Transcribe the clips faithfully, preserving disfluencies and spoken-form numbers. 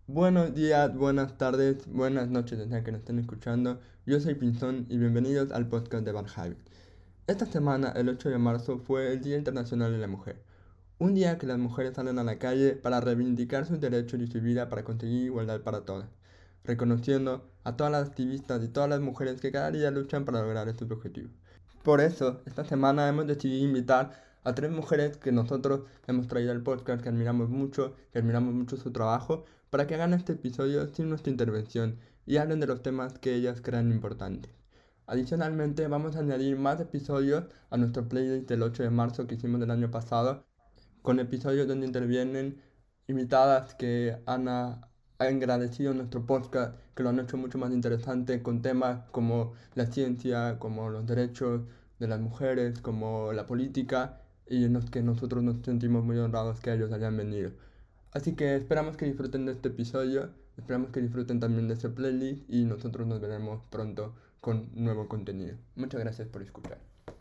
Buenos días, buenas tardes, buenas noches, desde que nos estén escuchando. Yo soy Pinzón y bienvenidos al podcast de Bad Habit. Esta semana, el ocho de marzo, fue el Día Internacional de la Mujer. Un día que las mujeres salen a la calle para reivindicar sus derechos y su vida para conseguir igualdad para todas, reconociendo a todas las activistas y todas las mujeres que cada día luchan para lograr estos objetivos. Por eso, esta semana hemos decidido invitar a tres mujeres que nosotros hemos traído al podcast, que admiramos mucho, que admiramos mucho su trabajo, para que hagan este episodio sin nuestra intervención y hablen de los temas que ellas crean importantes. Adicionalmente, vamos a añadir más episodios a nuestro playlist del ocho de marzo que hicimos del año pasado, con episodios donde intervienen invitadas que han ah, engrandecido nuestro podcast, que lo han hecho mucho más interesante, con temas como la ciencia, como los derechos de las mujeres, como la política, y en los que nosotros nos sentimos muy honrados que ellos hayan venido. Así que esperamos que disfruten de este episodio, esperamos que disfruten también de este playlist y nosotros nos veremos pronto con nuevo contenido. Muchas gracias por escuchar.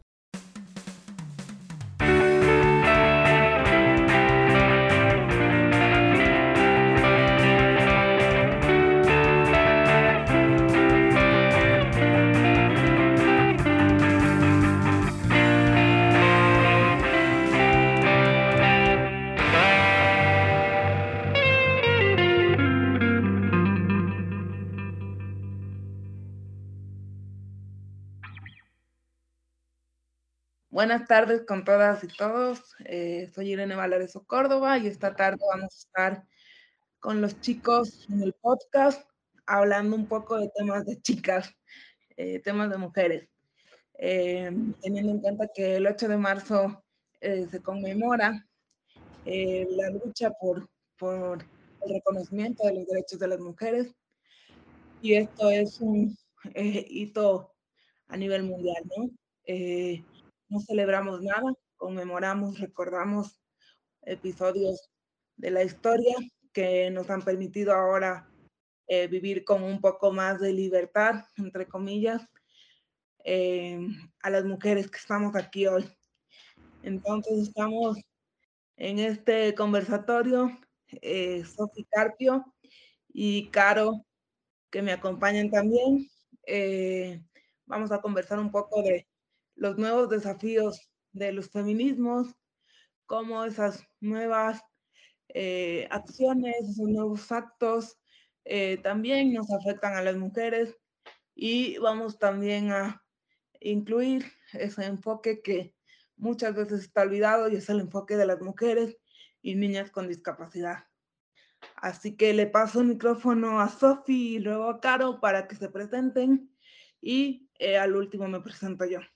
Buenas tardes con todas y todos. Eh, soy Irene Valareso Córdoba y esta tarde vamos a estar con los chicos en el podcast hablando un poco de temas de chicas, eh, temas de mujeres. Eh, teniendo en cuenta que el ocho de marzo eh, se conmemora eh, la lucha por, por el reconocimiento de los derechos de las mujeres y esto es un eh, hito a nivel mundial, ¿no? Eh, no celebramos nada, conmemoramos, recordamos episodios de la historia que nos han permitido ahora eh, vivir con un poco más de libertad, entre comillas, eh, a las mujeres que estamos aquí hoy. Entonces estamos en este conversatorio, eh, Sofi Carpio y Caro, que me acompañan también. Eh, vamos a conversar un poco de los nuevos desafíos de los feminismos, cómo esas nuevas eh, acciones, esos nuevos actos eh, también nos afectan a las mujeres y vamos también a incluir ese enfoque que muchas veces está olvidado y es el enfoque de las mujeres y niñas con discapacidad. Así que le paso el micrófono a Sofi y luego a Caro para que se presenten y eh, al último me presento yo.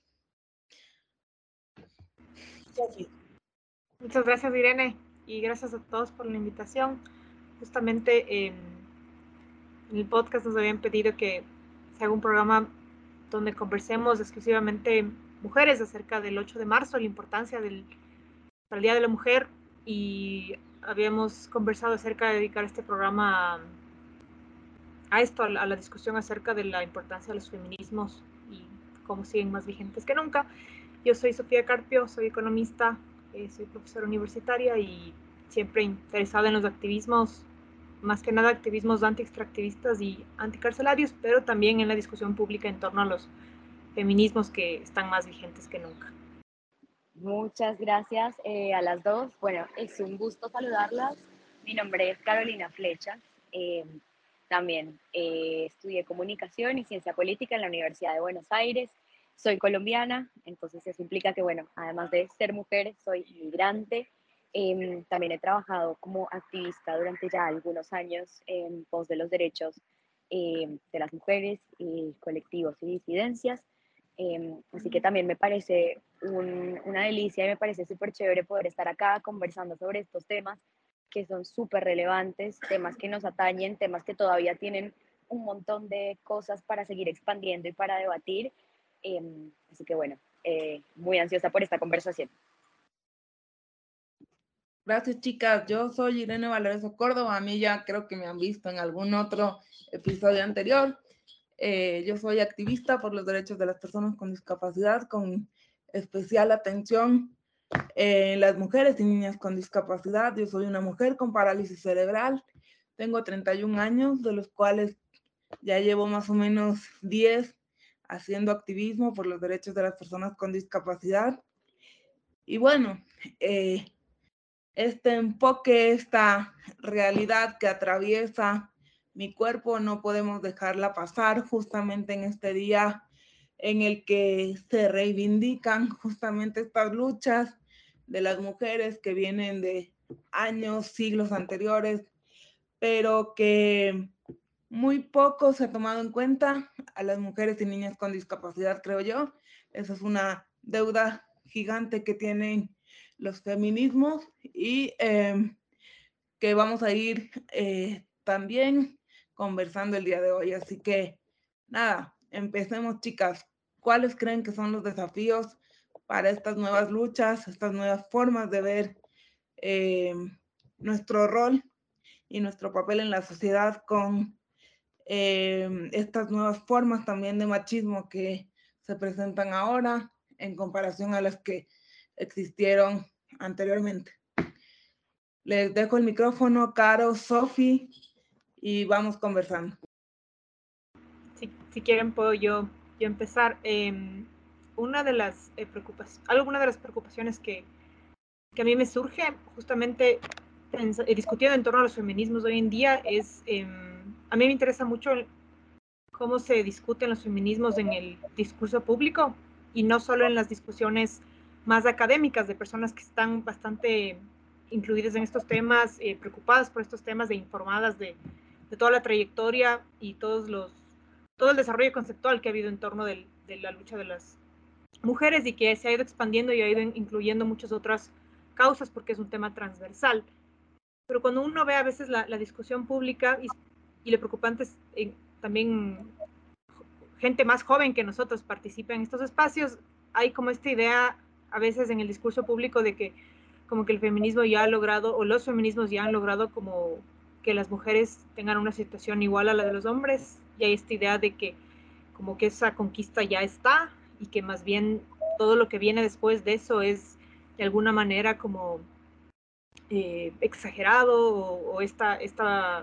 Sofi. Muchas gracias, Irene, y gracias a todos por la invitación. Justamente eh, en el podcast nos habían pedido que se haga un programa donde conversemos exclusivamente mujeres acerca del ocho de marzo, la importancia del, del Día de la Mujer, y habíamos conversado acerca de dedicar este programa a, a esto, a la, a la discusión acerca de la importancia de los feminismos y cómo siguen más vigentes que nunca. Yo soy Sofía Carpio, soy economista, eh, soy profesora universitaria y siempre interesada en los activismos, más que nada activismos anti-extractivistas y anticarcelarios, pero también en la discusión pública en torno a los feminismos que están más vigentes que nunca. Muchas gracias eh, a las dos. Bueno, es un gusto saludarlas. Mi nombre es Carolina Flechas. Eh, también eh, estudié comunicación y ciencia política en la Universidad de Buenos Aires. Soy colombiana, entonces eso implica que, bueno, además de ser mujer, soy inmigrante. Eh, también he trabajado como activista durante ya algunos años en pos de los derechos eh, de las mujeres y colectivos y disidencias. Eh, así que también me parece un, una delicia y me parece súper chévere poder estar acá conversando sobre estos temas que son súper relevantes, temas que nos atañen, temas que todavía tienen un montón de cosas para seguir expandiendo y para debatir. Eh, así que bueno, eh, muy ansiosa por esta conversación. Gracias, chicas. Yo soy Irene Valareso Córdoba. A mí ya creo que me han visto en algún otro episodio anterior. Eh, yo soy activista por los derechos de las personas con discapacidad, con especial atención en las mujeres y niñas con discapacidad. Yo soy una mujer con parálisis cerebral. Tengo treinta y un años, de los cuales ya llevo más o menos diez haciendo activismo por los derechos de las personas con discapacidad. Y bueno, eh, este enfoque, esta realidad que atraviesa mi cuerpo, no podemos dejarla pasar justamente en este día en el que se reivindican justamente estas luchas de las mujeres que vienen de años, siglos anteriores, pero que muy poco se ha tomado en cuenta a las mujeres y niñas con discapacidad, creo yo. Esa es una deuda gigante que tienen los feminismos y eh, que vamos a ir eh, también conversando el día de hoy. Así que nada, empecemos, chicas. ¿Cuáles creen que son los desafíos para estas nuevas luchas, estas nuevas formas de ver eh, nuestro rol y nuestro papel en la sociedad con eh, estas nuevas formas también de machismo que se presentan ahora en comparación a las que existieron anteriormente? Les dejo el micrófono, Caro, Sofi, y vamos conversando. Si, si quieren puedo yo, yo empezar. Eh, una de las eh, preocupaciones, alguna de las preocupaciones que, que a mí me surge justamente eh, discutiendo en torno a los feminismos hoy en día es, eh, a mí me interesa mucho cómo se discuten los feminismos en el discurso público y no solo en las discusiones más académicas de personas que están bastante incluidas en estos temas, eh, preocupadas por estos temas, de informadas de, de toda la trayectoria y todos los, todo el desarrollo conceptual que ha habido en torno del, de la lucha de las mujeres y que se ha ido expandiendo y ha ido incluyendo muchas otras causas porque es un tema transversal. Pero cuando uno ve a veces la, la discusión pública y, y lo preocupante es eh, también gente más joven que nosotros participa en estos espacios, hay como esta idea a veces en el discurso público de que como que el feminismo ya ha logrado, o los feminismos ya han logrado como que las mujeres tengan una situación igual a la de los hombres, y hay esta idea de que como que esa conquista ya está, y que más bien todo lo que viene después de eso es de alguna manera como eh, exagerado, o, o esta, esta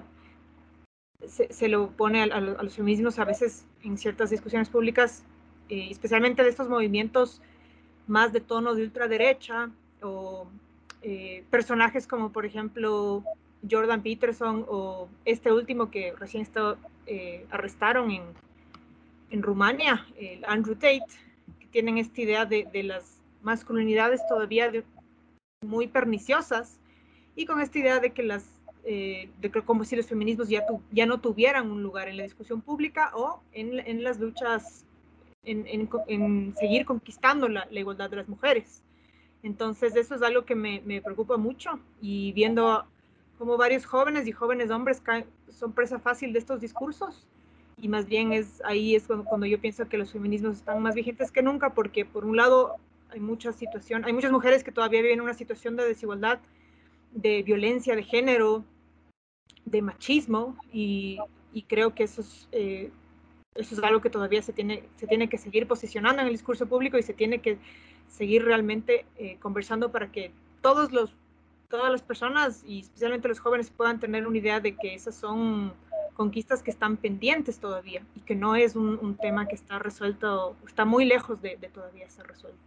se, se lo pone a, a, a los feminismos a veces en ciertas discusiones públicas, eh, especialmente de estos movimientos más de tono de ultraderecha, o eh, personajes como por ejemplo Jordan Peterson, o este último que recién está, eh, arrestaron en, en Rumania, el Andrew Tate, que tienen esta idea de, de las masculinidades todavía de, muy perniciosas, y con esta idea de que las eh, de que como si los feminismos ya, tu, ya no tuvieran un lugar en la discusión pública o en, en las luchas, en, en, en seguir conquistando la, la igualdad de las mujeres. Entonces eso es algo que me, me preocupa mucho, y viendo como varios jóvenes y jóvenes hombres caen, son presa fácil de estos discursos, y más bien es ahí es cuando, cuando yo pienso que los feminismos están más vigentes que nunca, porque por un lado hay mucha situación, hay muchas mujeres que todavía viven una situación de desigualdad, de violencia de género, de machismo, y, y creo que eso es, eh, eso es algo que todavía se tiene, se tiene que seguir posicionando en el discurso público, y se tiene que seguir realmente eh, conversando para que todos los, todas las personas, y especialmente los jóvenes, puedan tener una idea de que esas son conquistas que están pendientes todavía, y que no es un, un tema que está resuelto, está muy lejos de, de todavía ser resuelto.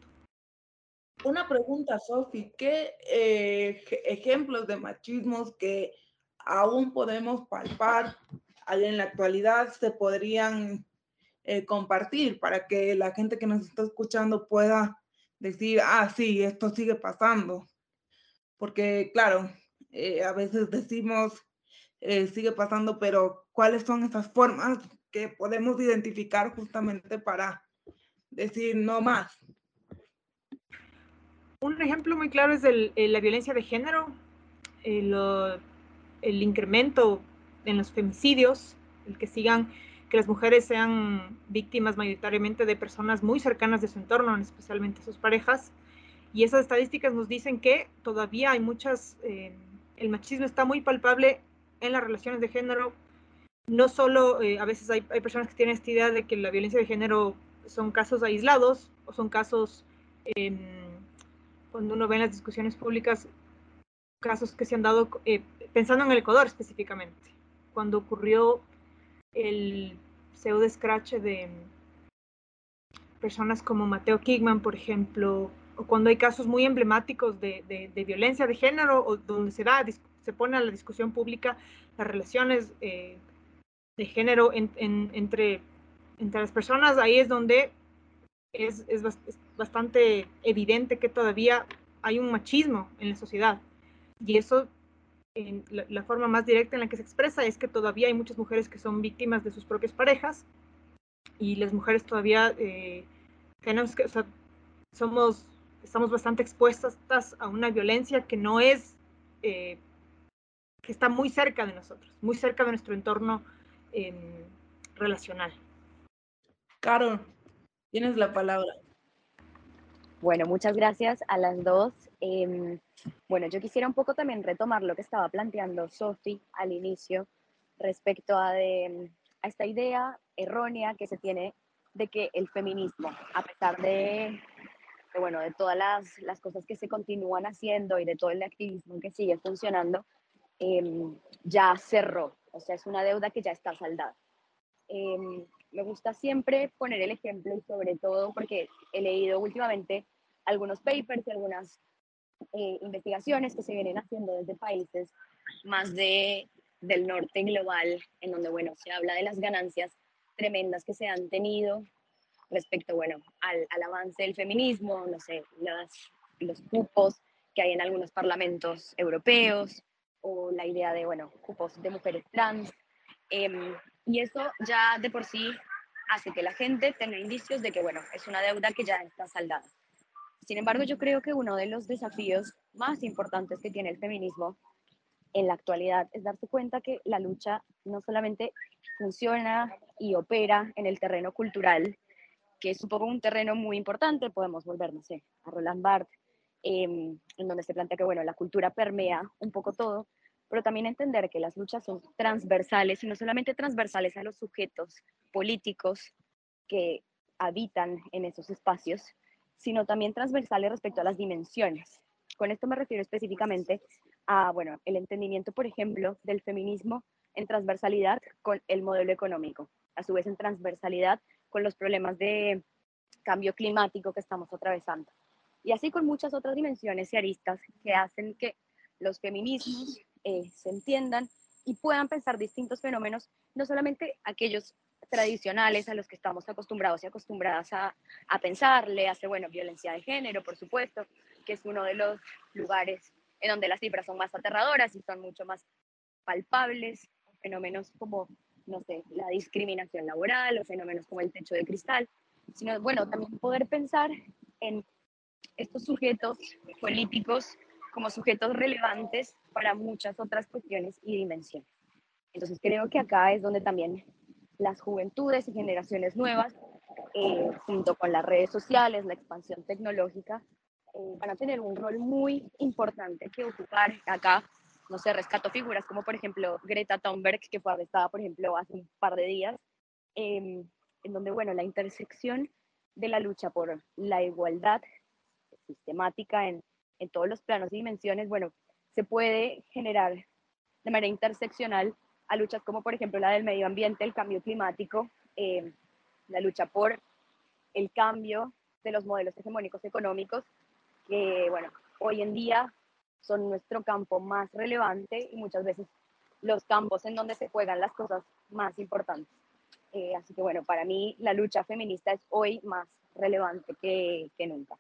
Una pregunta, Sofi, ¿qué eh, ejemplos de machismos que aún podemos palpar en la actualidad se podrían eh, compartir para que la gente que nos está escuchando pueda decir, ah, sí, esto sigue pasando? Porque, claro, eh, a veces decimos, eh, sigue pasando, pero ¿cuáles son esas formas que podemos identificar justamente para decir no más? Un ejemplo muy claro es el, el, la violencia de género, el, el incremento en los femicidios, el que sigan, que las mujeres sean víctimas mayoritariamente de personas muy cercanas de su entorno, especialmente sus parejas. Y esas estadísticas nos dicen que todavía hay muchas, eh, el machismo está muy palpable en las relaciones de género. No solo, eh, a veces hay, hay personas que tienen esta idea de que la violencia de género son casos aislados, o son casos, eh, cuando uno ve en las discusiones públicas, casos que se han dado, eh, pensando en el Ecuador específicamente, cuando ocurrió el pseudo escrache de personas como Mateo Kigman, por ejemplo, o cuando hay casos muy emblemáticos de, de, de violencia de género, o donde se da, se pone a la discusión pública las relaciones eh, de género en, en, entre, entre las personas, ahí es donde es, es, es bastante evidente que todavía hay un machismo en la sociedad. Y eso, en la, la forma más directa en la que se expresa es que todavía hay muchas mujeres que son víctimas de sus propias parejas, y las mujeres todavía eh, tenemos que, o sea, somos, estamos bastante expuestas a una violencia que no es, eh, que está muy cerca de nosotros, muy cerca de nuestro entorno eh, relacional. Caro, tienes la palabra. Bueno, muchas gracias a las dos. Eh, bueno, yo quisiera un poco también retomar lo que estaba planteando Sofi al inicio respecto a, de, a esta idea errónea que se tiene de que el feminismo, a pesar de, de, bueno, de todas las, las cosas que se continúan haciendo y de todo el activismo que sigue funcionando, eh, ya cerró. O sea, es una deuda que ya está saldada. Eh, me gusta siempre poner el ejemplo, y sobre todo porque he leído últimamente algunos papers y algunas eh, investigaciones que se vienen haciendo desde países más de, del norte global, en donde, bueno, se habla de las ganancias tremendas que se han tenido respecto, bueno, al, al avance del feminismo, no sé, las, los cupos que hay en algunos parlamentos europeos, o la idea de, bueno, cupos de mujeres trans. Eh, y eso ya de por sí hace que la gente tenga indicios de que, bueno, es una deuda que ya está saldada. Sin embargo, yo creo que uno de los desafíos más importantes que tiene el feminismo en la actualidad es darse cuenta que la lucha no solamente funciona y opera en el terreno cultural, que es un poco un terreno muy importante. Podemos volver, no sé, a Roland Barthes, eh, en donde se plantea que, bueno, la cultura permea un poco todo, pero también entender que las luchas son transversales, y no solamente transversales a los sujetos políticos que habitan en esos espacios, sino también transversales respecto a las dimensiones. Con esto me refiero específicamente a, bueno, el entendimiento, por ejemplo, del feminismo en transversalidad con el modelo económico, a su vez en transversalidad con los problemas de cambio climático que estamos atravesando. Y así con muchas otras dimensiones y aristas que hacen que los feminismos eh, se entiendan y puedan pensar distintos fenómenos, no solamente aquellos tradicionales a los que estamos acostumbrados y acostumbradas a, a pensarle, hace, bueno, violencia de género, por supuesto, que es uno de los lugares en donde las cifras son más aterradoras y son mucho más palpables, fenómenos como, no sé, la discriminación laboral, o fenómenos como el techo de cristal, sino, bueno, también poder pensar en estos sujetos políticos como sujetos relevantes para muchas otras cuestiones y dimensiones. Entonces creo que acá es donde también las juventudes y generaciones nuevas, eh, junto con las redes sociales, la expansión tecnológica, eh, van a tener un rol muy importante que ocupar. Acá, no sé, rescato figuras como por ejemplo Greta Thunberg, que fue arrestada, por ejemplo, hace un par de días, eh, en donde, bueno, la intersección de la lucha por la igualdad sistemática en, en todos los planos y dimensiones, bueno, se puede generar de manera interseccional a luchas como por ejemplo la del medio ambiente, el cambio climático, eh, la lucha por el cambio de los modelos hegemónicos económicos, que bueno, hoy en día son nuestro campo más relevante y muchas veces los campos en donde se juegan las cosas más importantes. Eh, así que bueno, para mí la lucha feminista es hoy más relevante que, que nunca.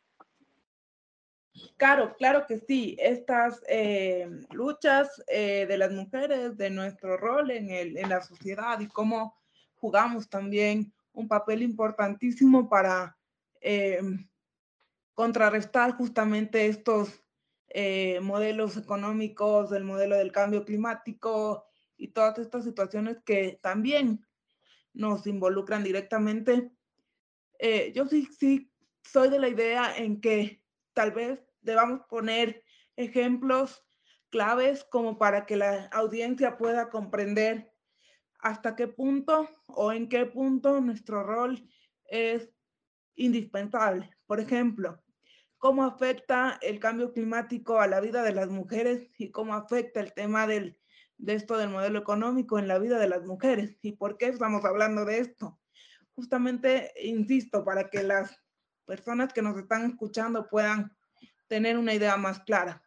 Claro, claro que sí. Estas eh, luchas eh, de las mujeres, de nuestro rol en, el, en la sociedad y cómo jugamos también un papel importantísimo para eh, contrarrestar justamente estos eh, modelos económicos, el modelo del cambio climático y todas estas situaciones que también nos involucran directamente. Eh, yo sí, sí soy de la idea en que tal vez debamos poner ejemplos claves como para que la audiencia pueda comprender hasta qué punto o en qué punto nuestro rol es indispensable. Por ejemplo, cómo afecta el cambio climático a la vida de las mujeres y cómo afecta el tema del de esto del modelo económico en la vida de las mujeres. ¿Y por qué estamos hablando de esto? Justamente, insisto, para que las personas que nos están escuchando puedan tener una idea más clara.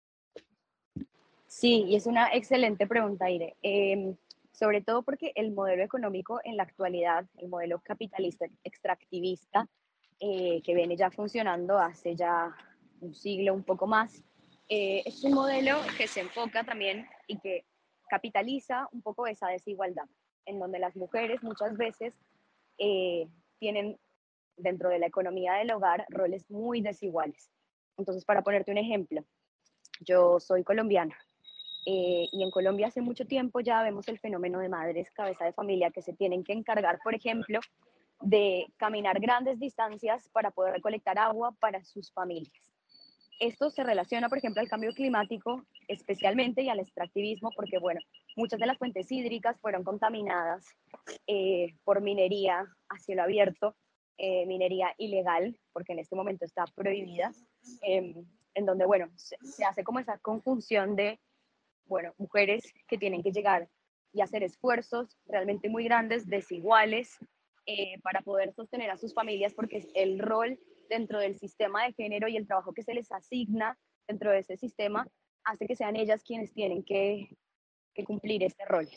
Sí, y es una excelente pregunta, Ire. Eh, sobre todo porque el modelo económico en la actualidad, el modelo capitalista extractivista, eh, que viene ya funcionando hace ya un siglo, un poco más, eh, es un modelo que se enfoca también y que capitaliza un poco esa desigualdad, en donde las mujeres muchas veces eh, tienen dentro de la economía del hogar roles muy desiguales. Entonces, para ponerte un ejemplo, yo soy colombiana. Eh, y en Colombia hace mucho tiempo ya vemos el fenómeno de madres cabeza de familia que se tienen que encargar, por ejemplo, de caminar grandes distancias para poder recolectar agua para sus familias. Esto se relaciona, por ejemplo, al cambio climático, especialmente, y al extractivismo, porque, bueno, muchas de las fuentes hídricas fueron contaminadas eh, por minería a cielo abierto, eh, minería ilegal, porque en este momento está prohibida, eh, en donde, bueno, se, se hace como esa conjunción de bueno, mujeres que tienen que llegar y hacer esfuerzos realmente muy grandes, desiguales, eh, para poder sostener a sus familias, porque el rol dentro del sistema de género y el trabajo que se les asigna dentro de ese sistema hace que sean ellas quienes tienen que, que cumplir este rol.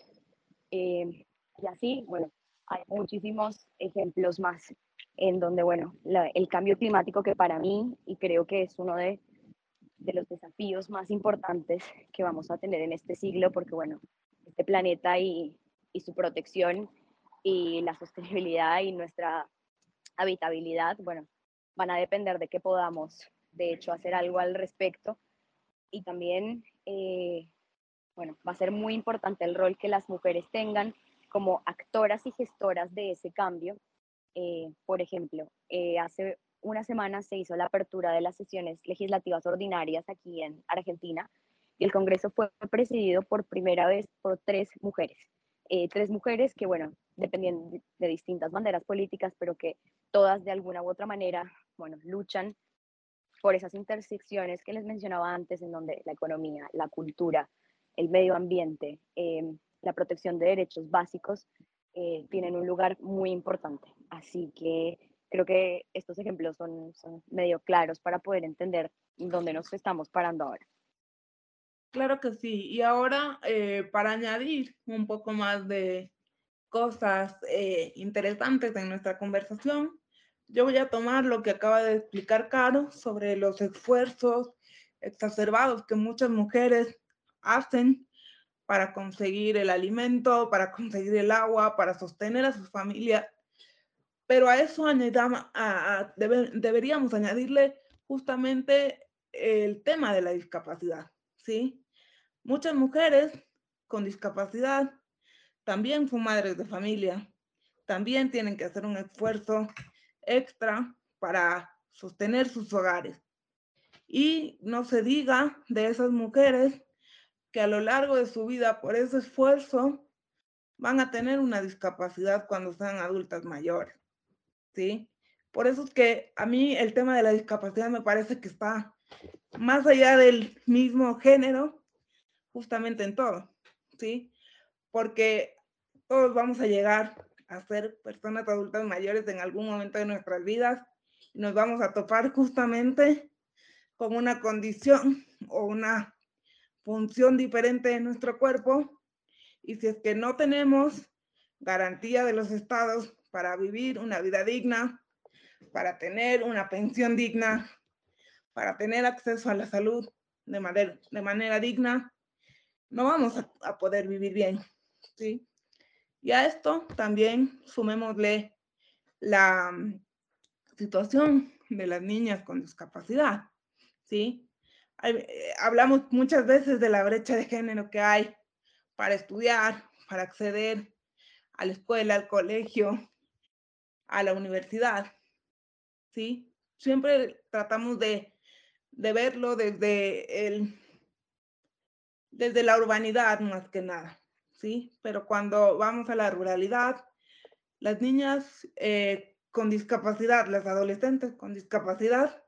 Eh, y así, bueno, hay muchísimos ejemplos más en donde, bueno, la, el cambio climático que para mí, y creo que es uno de de los desafíos más importantes que vamos a tener en este siglo, porque bueno, este planeta y, y su protección y la sostenibilidad y nuestra habitabilidad, bueno, van a depender de que podamos, de hecho, hacer algo al respecto. Y también, eh, bueno, va a ser muy importante el rol que las mujeres tengan como actoras y gestoras de ese cambio. Eh, por ejemplo, eh, hace una semana se hizo la apertura de las sesiones legislativas ordinarias aquí en Argentina y el Congreso fue presidido por primera vez por tres mujeres. Eh, tres mujeres que, bueno, dependían de distintas banderas políticas, pero que todas de alguna u otra manera, bueno, luchan por esas intersecciones que les mencionaba antes, en donde la economía, la cultura, el medio ambiente, eh, la protección de derechos básicos eh, tienen un lugar muy importante. Así que creo que estos ejemplos son, son medio claros para poder entender dónde nos estamos parando ahora. Claro que sí. Y ahora, eh, para añadir un poco más de cosas eh, interesantes en nuestra conversación, yo voy a tomar lo que acaba de explicar Caro sobre los esfuerzos exacerbados que muchas mujeres hacen para conseguir el alimento, para conseguir el agua, para sostener a sus familias. Pero a eso añadamos, a, a, debe, deberíamos añadirle justamente el tema de la discapacidad, ¿sí? Muchas mujeres con discapacidad también son madres de familia, también tienen que hacer un esfuerzo extra para sostener sus hogares. Y no se diga de esas mujeres que a lo largo de su vida, por ese esfuerzo, van a tener una discapacidad cuando sean adultas mayores, ¿sí? Por eso es que a mí el tema de la discapacidad me parece que está más allá del mismo género, justamente en todo, ¿sí? Porque todos vamos a llegar a ser personas adultas mayores en algún momento de nuestras vidas y nos vamos a topar justamente con una condición o una función diferente de nuestro cuerpo, y si es que no tenemos garantía de los estados para vivir una vida digna, para tener una pensión digna, para tener acceso a la salud de manera, de manera digna, no vamos a, a poder vivir bien, ¿sí? Y a esto también sumémosle la um, situación de las niñas con discapacidad, ¿sí? Hay, eh, hablamos muchas veces de la brecha de género que hay para estudiar, para acceder a la escuela, al colegio, a la universidad, ¿sí? Siempre tratamos de, de verlo desde, el, desde la urbanidad más que nada, ¿sí? Pero cuando vamos a la ruralidad, las niñas eh, con discapacidad, las adolescentes con discapacidad,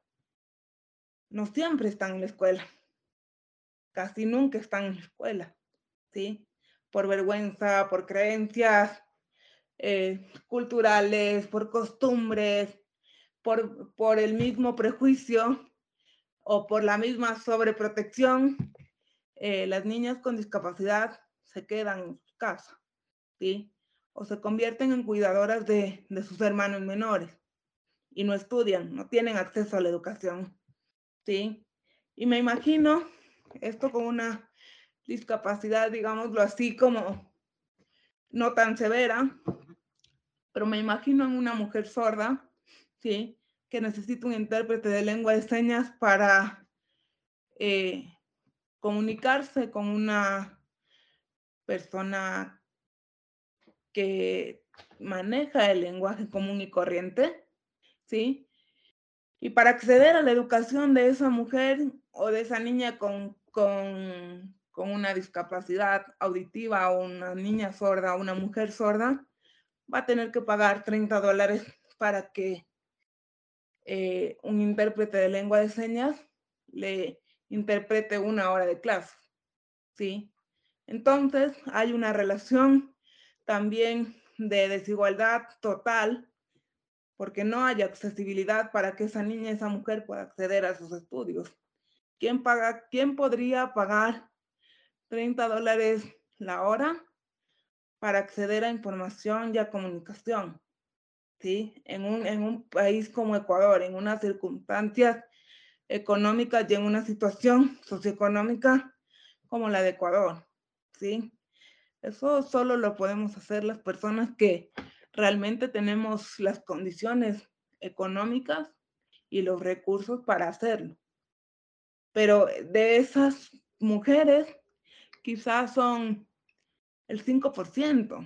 no siempre están en la escuela, casi nunca están en la escuela, ¿sí? por vergüenza, por creencias eh, culturales, por costumbres, por, por el mismo prejuicio o por la misma sobreprotección, eh, las niñas con discapacidad se quedan en su casa, ¿sí? O se convierten en cuidadoras de, de sus hermanos menores y no estudian, no tienen acceso a la educación, ¿sí? Y me imagino esto con una discapacidad, digámoslo así, como no tan severa, pero me imagino en una mujer sorda, ¿sí? Que necesita un intérprete de lengua de señas para eh, comunicarse con una persona que maneja el lenguaje común y corriente, ¿sí? Y para acceder a la educación de esa mujer o de esa niña con, con, con una discapacidad auditiva o una niña sorda o una mujer sorda, va a tener que pagar treinta dólares para que eh, un intérprete de lengua de señas le interprete una hora de clase, ¿sí? Entonces hay una relación también de desigualdad total porque no hay accesibilidad para que esa niña, esa mujer pueda acceder a sus estudios. ¿Quién paga, quién podría pagar treinta dólares la hora para acceder a información y a comunicación? ¿Sí? En un, en un país como Ecuador, en unas circunstancias económicas y en una situación socioeconómica como la de Ecuador, ¿sí? Eso solo lo podemos hacer las personas que realmente tenemos las condiciones económicas y los recursos para hacerlo. Pero de esas mujeres, quizás son el cinco por ciento.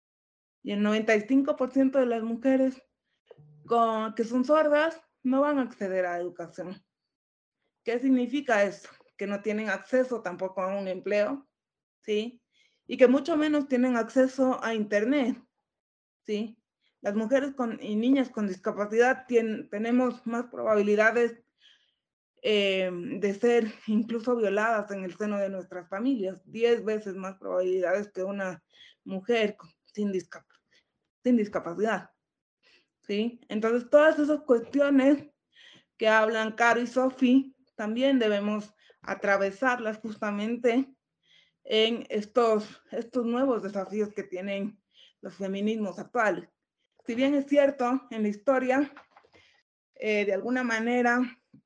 Y el noventa y cinco por ciento de las mujeres con, que son sordas no van a acceder a la educación. ¿Qué significa eso? Que no tienen acceso tampoco a un empleo, ¿sí? Y que mucho menos tienen acceso a internet, ¿sí? Las mujeres con, y niñas con discapacidad tienen, tenemos más probabilidades eh, de ser incluso violadas en el seno de nuestras familias, diez veces más probabilidades que una mujer sin, discap sin discapacidad, ¿sí? Entonces, todas esas cuestiones que hablan Caro y Sofi, también debemos atravesarlas justamente en estos, estos nuevos desafíos que tienen los feminismos actuales. Si bien es cierto, en la historia, eh, de alguna manera,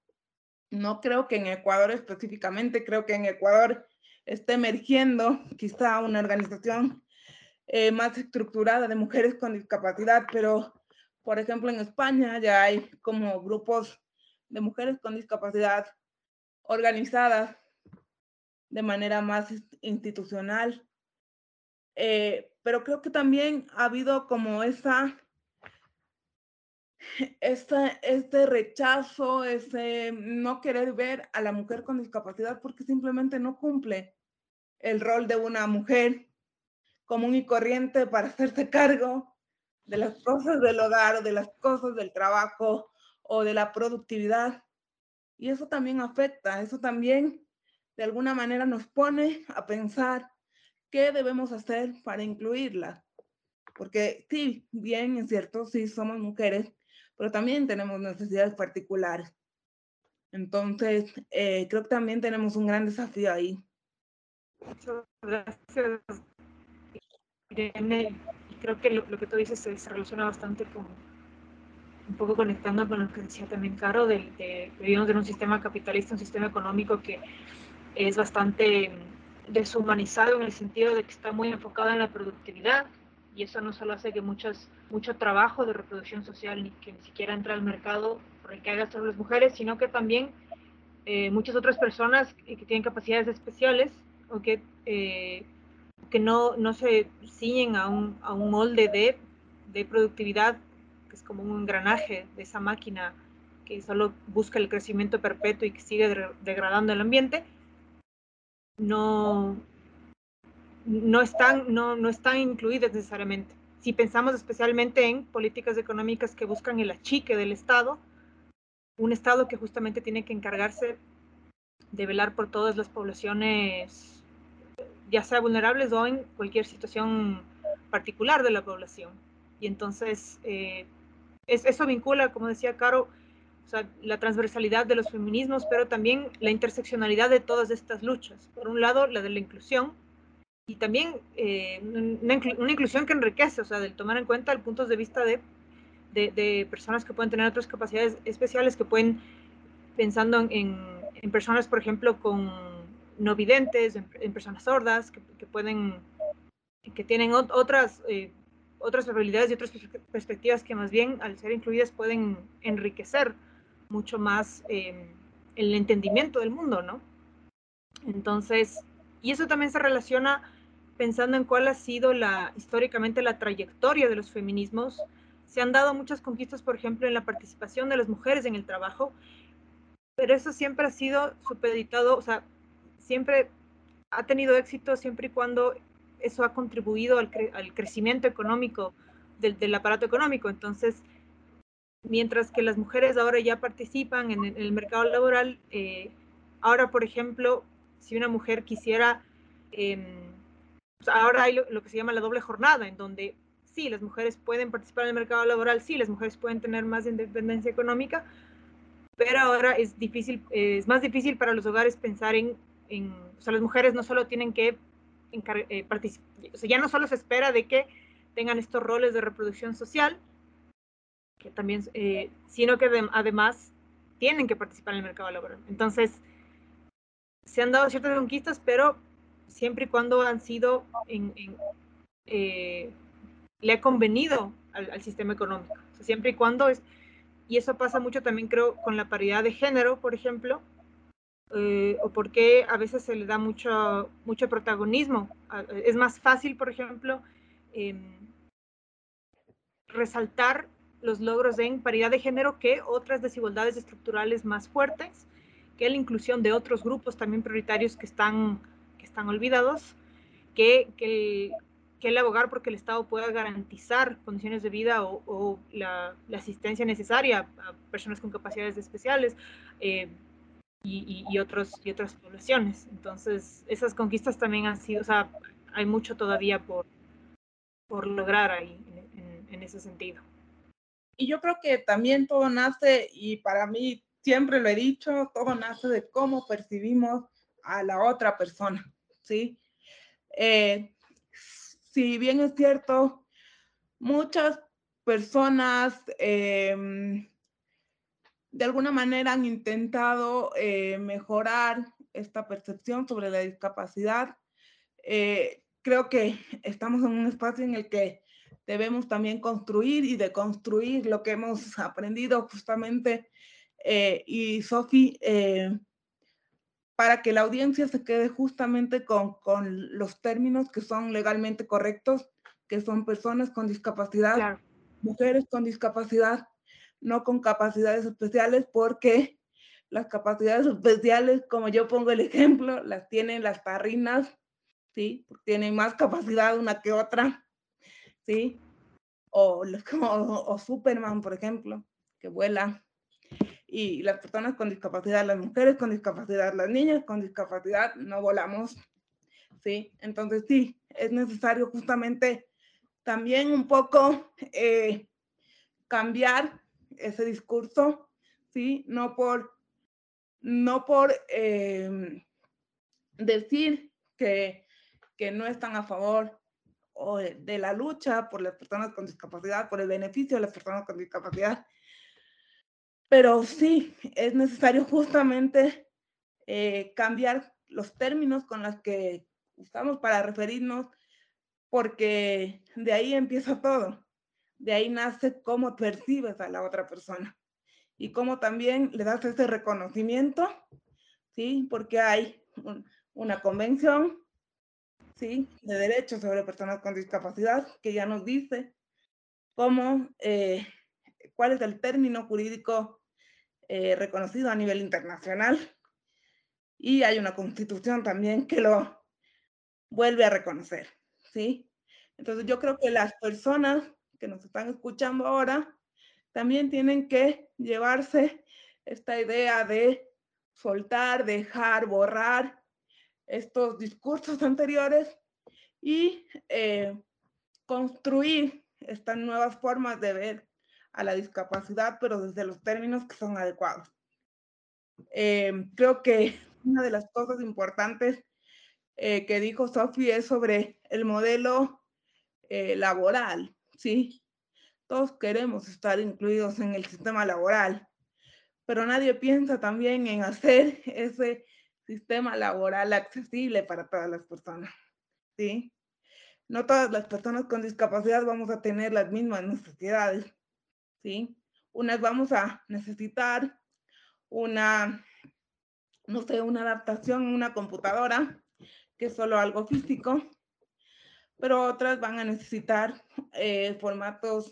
no creo que en Ecuador específicamente, creo que en Ecuador está emergiendo quizá una organización eh, más estructurada de mujeres con discapacidad, pero por ejemplo en España ya hay como grupos de mujeres con discapacidad organizadas de manera más institucional, eh, pero creo que también ha habido como esa, esa, este rechazo, ese no querer ver a la mujer con discapacidad porque simplemente no cumple el rol de una mujer común y corriente para hacerse cargo de las cosas del hogar o de las cosas del trabajo o de la productividad. Y eso también afecta, eso también de alguna manera nos pone a pensar qué debemos hacer para incluirlas. Porque sí, bien es cierto, sí somos mujeres, pero también tenemos necesidades particulares. Entonces, eh, creo que también tenemos un gran desafío ahí. Muchas gracias, Irene. Creo que lo, lo que tú dices se, se relaciona bastante con, un poco conectando con lo que decía también Caro, de, de, vivimos en un sistema capitalista, un sistema económico que es bastante deshumanizado en el sentido de que está muy enfocado en la productividad, y eso no solo hace que muchos, mucho trabajo de reproducción social ni, que ni siquiera entra al mercado recaiga sobre las mujeres, sino que también eh, muchas otras personas que tienen capacidades especiales o que, eh, que no, no se ciñen a un, a un molde de, de productividad, que es como un engranaje de esa máquina que solo busca el crecimiento perpetuo y que sigue de, degradando el ambiente, no, no, están, no, no están incluidas necesariamente. Si pensamos especialmente en políticas económicas que buscan el achique del Estado, un Estado que justamente tiene que encargarse de velar por todas las poblaciones ya sea vulnerables o en cualquier situación particular de la población. Y entonces eh, es, eso vincula, como decía Caro, o sea, la transversalidad de los feminismos, pero también la interseccionalidad de todas estas luchas. Por un lado, la de la inclusión, y también eh, una, una, inclusión que enriquece, o sea, del tomar en cuenta el punto de vista de, de, de personas que pueden tener otras capacidades especiales, que pueden, pensando en, en personas, por ejemplo, con no videntes, en, en personas sordas, que, que pueden, que tienen ot otras, eh, otras habilidades y otras perspectivas que más bien, al ser incluidas, pueden enriquecer mucho más eh, el entendimiento del mundo, ¿no? Entonces, y eso también se relaciona pensando en cuál ha sido la, históricamente la trayectoria de los feminismos. Se han dado muchas conquistas, por ejemplo, en la participación de las mujeres en el trabajo, pero eso siempre ha sido supeditado, o sea, siempre ha tenido éxito siempre y cuando eso ha contribuido al, cre al crecimiento económico del, del aparato económico. Entonces, mientras que las mujeres ahora ya participan en el, en el mercado laboral, eh, ahora, por ejemplo, si una mujer quisiera, eh, pues ahora hay lo, lo que se llama la doble jornada, en donde sí, las mujeres pueden participar en el mercado laboral, sí, las mujeres pueden tener más independencia económica, pero ahora es difícil, eh, es más difícil para los hogares pensar en, en, o sea, las mujeres no solo tienen que eh, participar, o sea, ya no solo se espera de que tengan estos roles de reproducción social, que también, eh, sino que de, además tienen que participar en el mercado laboral. Entonces, se han dado ciertas conquistas, pero siempre y cuando han sido, en, en, eh, le ha convenido al, al sistema económico. O sea, siempre y cuando es, y eso pasa mucho también creo con la paridad de género, por ejemplo, eh, o porque a veces se le da mucho, mucho protagonismo. Es más fácil, por ejemplo, eh, resaltar los logros en paridad de género que otras desigualdades estructurales más fuertes, que la inclusión de otros grupos también prioritarios que están, que están olvidados, que, que, que el abogar porque el Estado pueda garantizar condiciones de vida o, o la, la, asistencia necesaria a personas con capacidades especiales eh, y, y, y, otros, y otras poblaciones. Entonces, esas conquistas también han sido, o sea, hay mucho todavía por, por lograr ahí en, en, en ese sentido. Y yo creo que también todo nace, y para mí siempre lo he dicho, todo nace de cómo percibimos a la otra persona, ¿sí? Eh, si bien es cierto, muchas personas eh, de alguna manera han intentado eh, mejorar esta percepción sobre la discapacidad. Eh, creo que estamos en un espacio en el que debemos también construir y deconstruir lo que hemos aprendido justamente. Eh, y Sofi, eh, para que la audiencia se quede justamente con, con los términos que son legalmente correctos, que son personas con discapacidad, claro, mujeres con discapacidad, no con capacidades especiales, porque las capacidades especiales, como yo pongo el ejemplo, las tienen las tarrinas, ¿sí? Porque tienen más capacidad una que otra, ¿sí? O, o, o Superman, por ejemplo, que vuela. Y las personas con discapacidad, las mujeres con discapacidad, las niñas con discapacidad, no volamos, ¿sí? Entonces sí, es necesario justamente también un poco eh, cambiar ese discurso, ¿sí? No por, no por eh, decir que, que no están a favor o de, de la lucha por las personas con discapacidad, por el beneficio de las personas con discapacidad, pero sí, es necesario justamente eh, cambiar los términos con los que usamos para referirnos, porque de ahí empieza todo. De ahí nace cómo percibes a la otra persona y cómo también le das ese reconocimiento, ¿sí? Porque hay un, una convención, ¿sí? De derechos sobre personas con discapacidad que ya nos dice cómo, eh, cuál es el término jurídico eh, reconocido a nivel internacional, y hay una constitución también que lo vuelve a reconocer, ¿sí? Entonces yo creo que las personas que nos están escuchando ahora también tienen que llevarse esta idea de soltar, dejar, borrar estos discursos anteriores y eh, construir estas nuevas formas de ver a la discapacidad, pero desde los términos que son adecuados. Eh, creo que una de las cosas importantes eh, que dijo Sofi es sobre el modelo eh, laboral, ¿sí? Todos queremos estar incluidos en el sistema laboral, pero nadie piensa también en hacer ese sistema laboral accesible para todas las personas, ¿sí? No todas las personas con discapacidad vamos a tener las mismas necesidades, ¿sí? Unas vamos a necesitar una, no sé, una adaptación en una computadora, que es solo algo físico, pero otras van a necesitar eh, formatos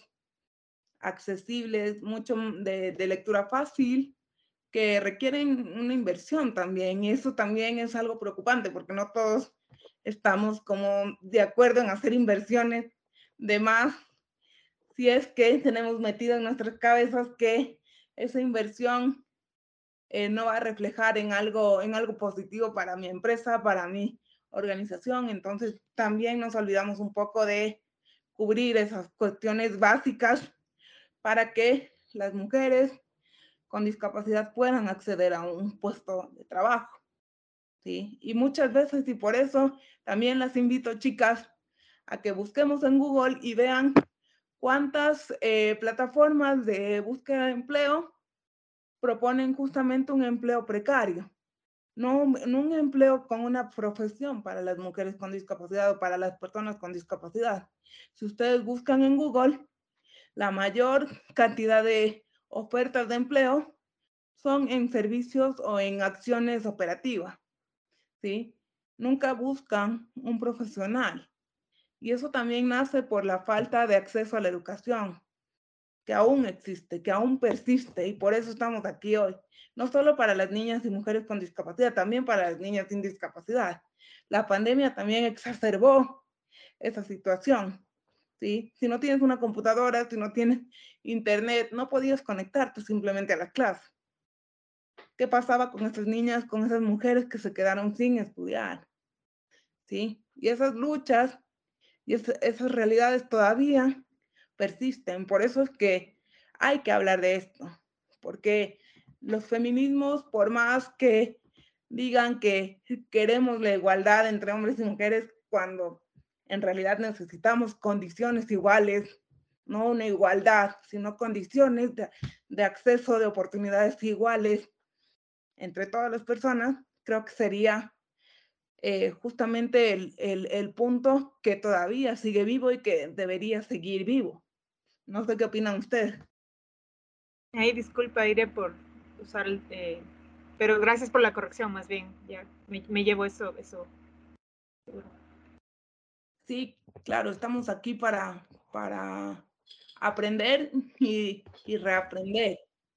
accesibles, mucho de, de lectura fácil, que requieren una inversión también, y eso también es algo preocupante, porque no todos estamos como de acuerdo en hacer inversiones de más, si es que tenemos metido en nuestras cabezas que esa inversión eh, no va a reflejar en algo, en algo positivo para mi empresa, para mi organización. Entonces también nos olvidamos un poco de cubrir esas cuestiones básicas para que las mujeres con discapacidad puedan acceder a un puesto de trabajo, ¿sí? Y muchas veces, y por eso también las invito, chicas, a que busquemos en Google y vean cuántas eh, plataformas de búsqueda de empleo proponen justamente un empleo precario, no, no un empleo con una profesión para las mujeres con discapacidad o para las personas con discapacidad. Si ustedes buscan en Google, la mayor cantidad de ofertas de empleo son en servicios o en acciones operativas, ¿sí? Nunca buscan un profesional. Y eso también nace por la falta de acceso a la educación, que aún existe, que aún persiste, y por eso estamos aquí hoy. No solo para las niñas y mujeres con discapacidad, también para las niñas sin discapacidad. La pandemia también exacerbó esa situación, ¿sí? Si no tienes una computadora, si no tienes internet, no podías conectarte simplemente a la clase. ¿Qué pasaba con esas niñas, con esas mujeres que se quedaron sin estudiar? ¿Sí? Y esas luchas y es, esas realidades todavía persisten. Por eso es que hay que hablar de esto, porque los feminismos, por más que digan que queremos la igualdad entre hombres y mujeres, cuando en realidad necesitamos condiciones iguales, no una igualdad, sino condiciones de, de acceso de oportunidades iguales entre todas las personas, creo que sería eh, justamente el, el, el punto que todavía sigue vivo y que debería seguir vivo. No sé qué opinan ustedes. Ay, disculpa, Iré, por usar el... Eh, pero gracias por la corrección, más bien. Ya me, me llevo eso, eso. Sí, claro, estamos aquí para, para aprender y, y reaprender.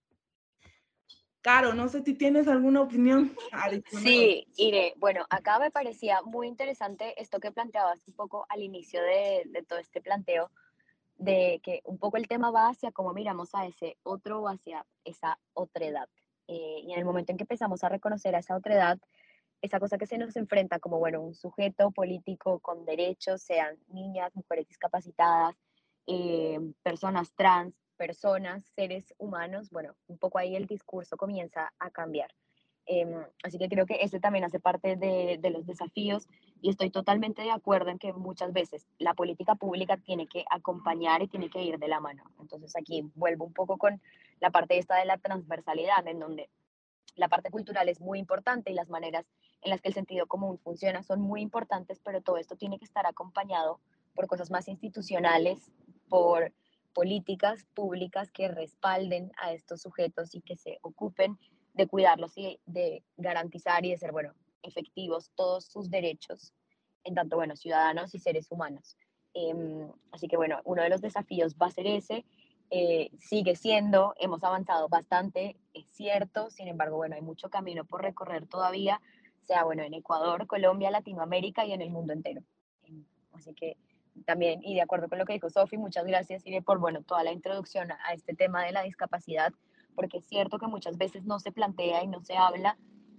Caro, no sé si tienes alguna opinión adicional. Sí, Ire, bueno, acá me parecía muy interesante esto que planteabas un poco al inicio de, de todo este planteo, de que un poco el tema va hacia cómo miramos a ese otro o hacia esa otredad. Eh, y en el momento en que empezamos a reconocer a esa otredad, esa cosa que se nos enfrenta como, bueno, un sujeto político con derechos, sean niñas, mujeres discapacitadas, eh, personas trans, personas, seres humanos, bueno, un poco ahí el discurso comienza a cambiar. Eh, así que creo que ese también hace parte de, de los desafíos y estoy totalmente de acuerdo en que muchas veces la política pública tiene que acompañar y tiene que ir de la mano. Entonces aquí vuelvo un poco con la parte esta de la transversalidad, en donde la parte cultural es muy importante y las maneras en las que el sentido común funciona son muy importantes, pero todo esto tiene que estar acompañado por cosas más institucionales, por políticas públicas que respalden a estos sujetos y que se ocupen de cuidarlos y de garantizar y de ser, bueno, efectivos todos sus derechos en tanto, bueno, ciudadanos y seres humanos. Eh, así que, bueno, uno de los desafíos va a ser ese. Eh, sigue siendo, hemos avanzado bastante, es cierto, sin embargo, bueno, hay mucho camino por recorrer todavía, sea, bueno, en Ecuador, Colombia, Latinoamérica y en el mundo entero. Eh, así que también, y de acuerdo con lo que dijo Sofi, muchas gracias, Ire, por, bueno, toda la introducción a este tema de la discapacidad, porque es cierto que muchas veces no se plantea y no se habla,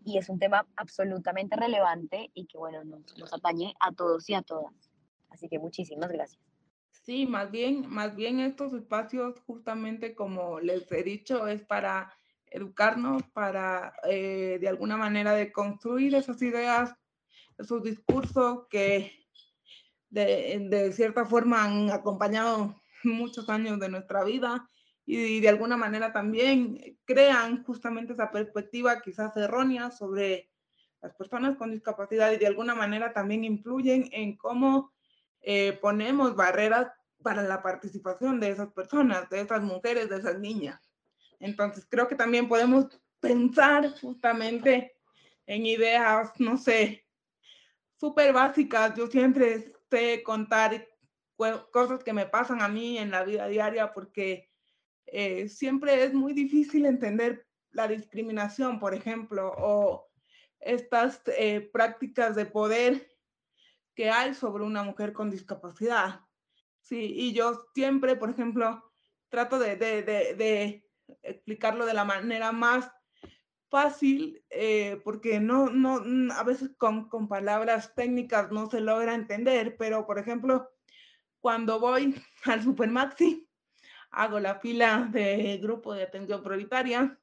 y es un tema absolutamente relevante y que, bueno, nos, nos atañe a todos y a todas. Así que muchísimas gracias. Sí, más bien, más bien estos espacios, justamente como les he dicho, es para educarnos, para eh, de alguna manera de construir esas ideas, esos discursos que de, de cierta forma han acompañado muchos años de nuestra vida y de alguna manera también crean justamente esa perspectiva quizás errónea sobre las personas con discapacidad y de alguna manera también influyen en cómo eh, ponemos barreras para la participación de esas personas, de esas mujeres, de esas niñas. Entonces creo que también podemos pensar justamente en ideas, no sé, súper básicas. Yo siempre sé contar cosas que me pasan a mí en la vida diaria porque eh, siempre es muy difícil entender la discriminación, por ejemplo, o estas eh, prácticas de poder que hay sobre una mujer con discapacidad. Sí, y yo siempre, por ejemplo, trato de, de, de, de explicarlo de la manera más fácil, eh, porque no, no, a veces con, con palabras técnicas no se logra entender, pero por ejemplo, cuando voy al Supermaxi, hago la fila de grupo de atención prioritaria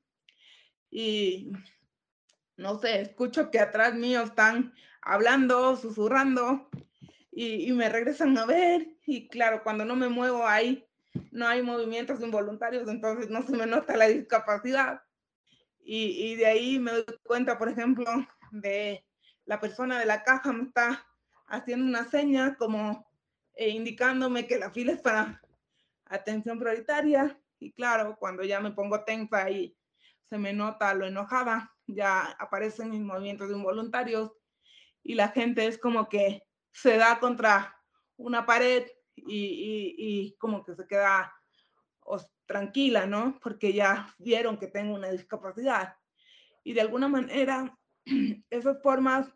y no sé, escucho que atrás mío están hablando, susurrando y, y me regresan a ver y claro, cuando no me muevo ahí, no hay movimientos involuntarios, entonces no se me nota la discapacidad. Y, y de ahí me doy cuenta, por ejemplo, de la persona de la caja me está haciendo una seña como eh, indicándome que la fila es para atención prioritaria. Y claro, cuando ya me pongo tensa y se me nota lo enojada, ya aparecen mis movimientos involuntarios y la gente es como que se da contra una pared y, y, y como que se queda os, tranquila, ¿no? Porque ya vieron que tengo una discapacidad. Y de alguna manera, esas formas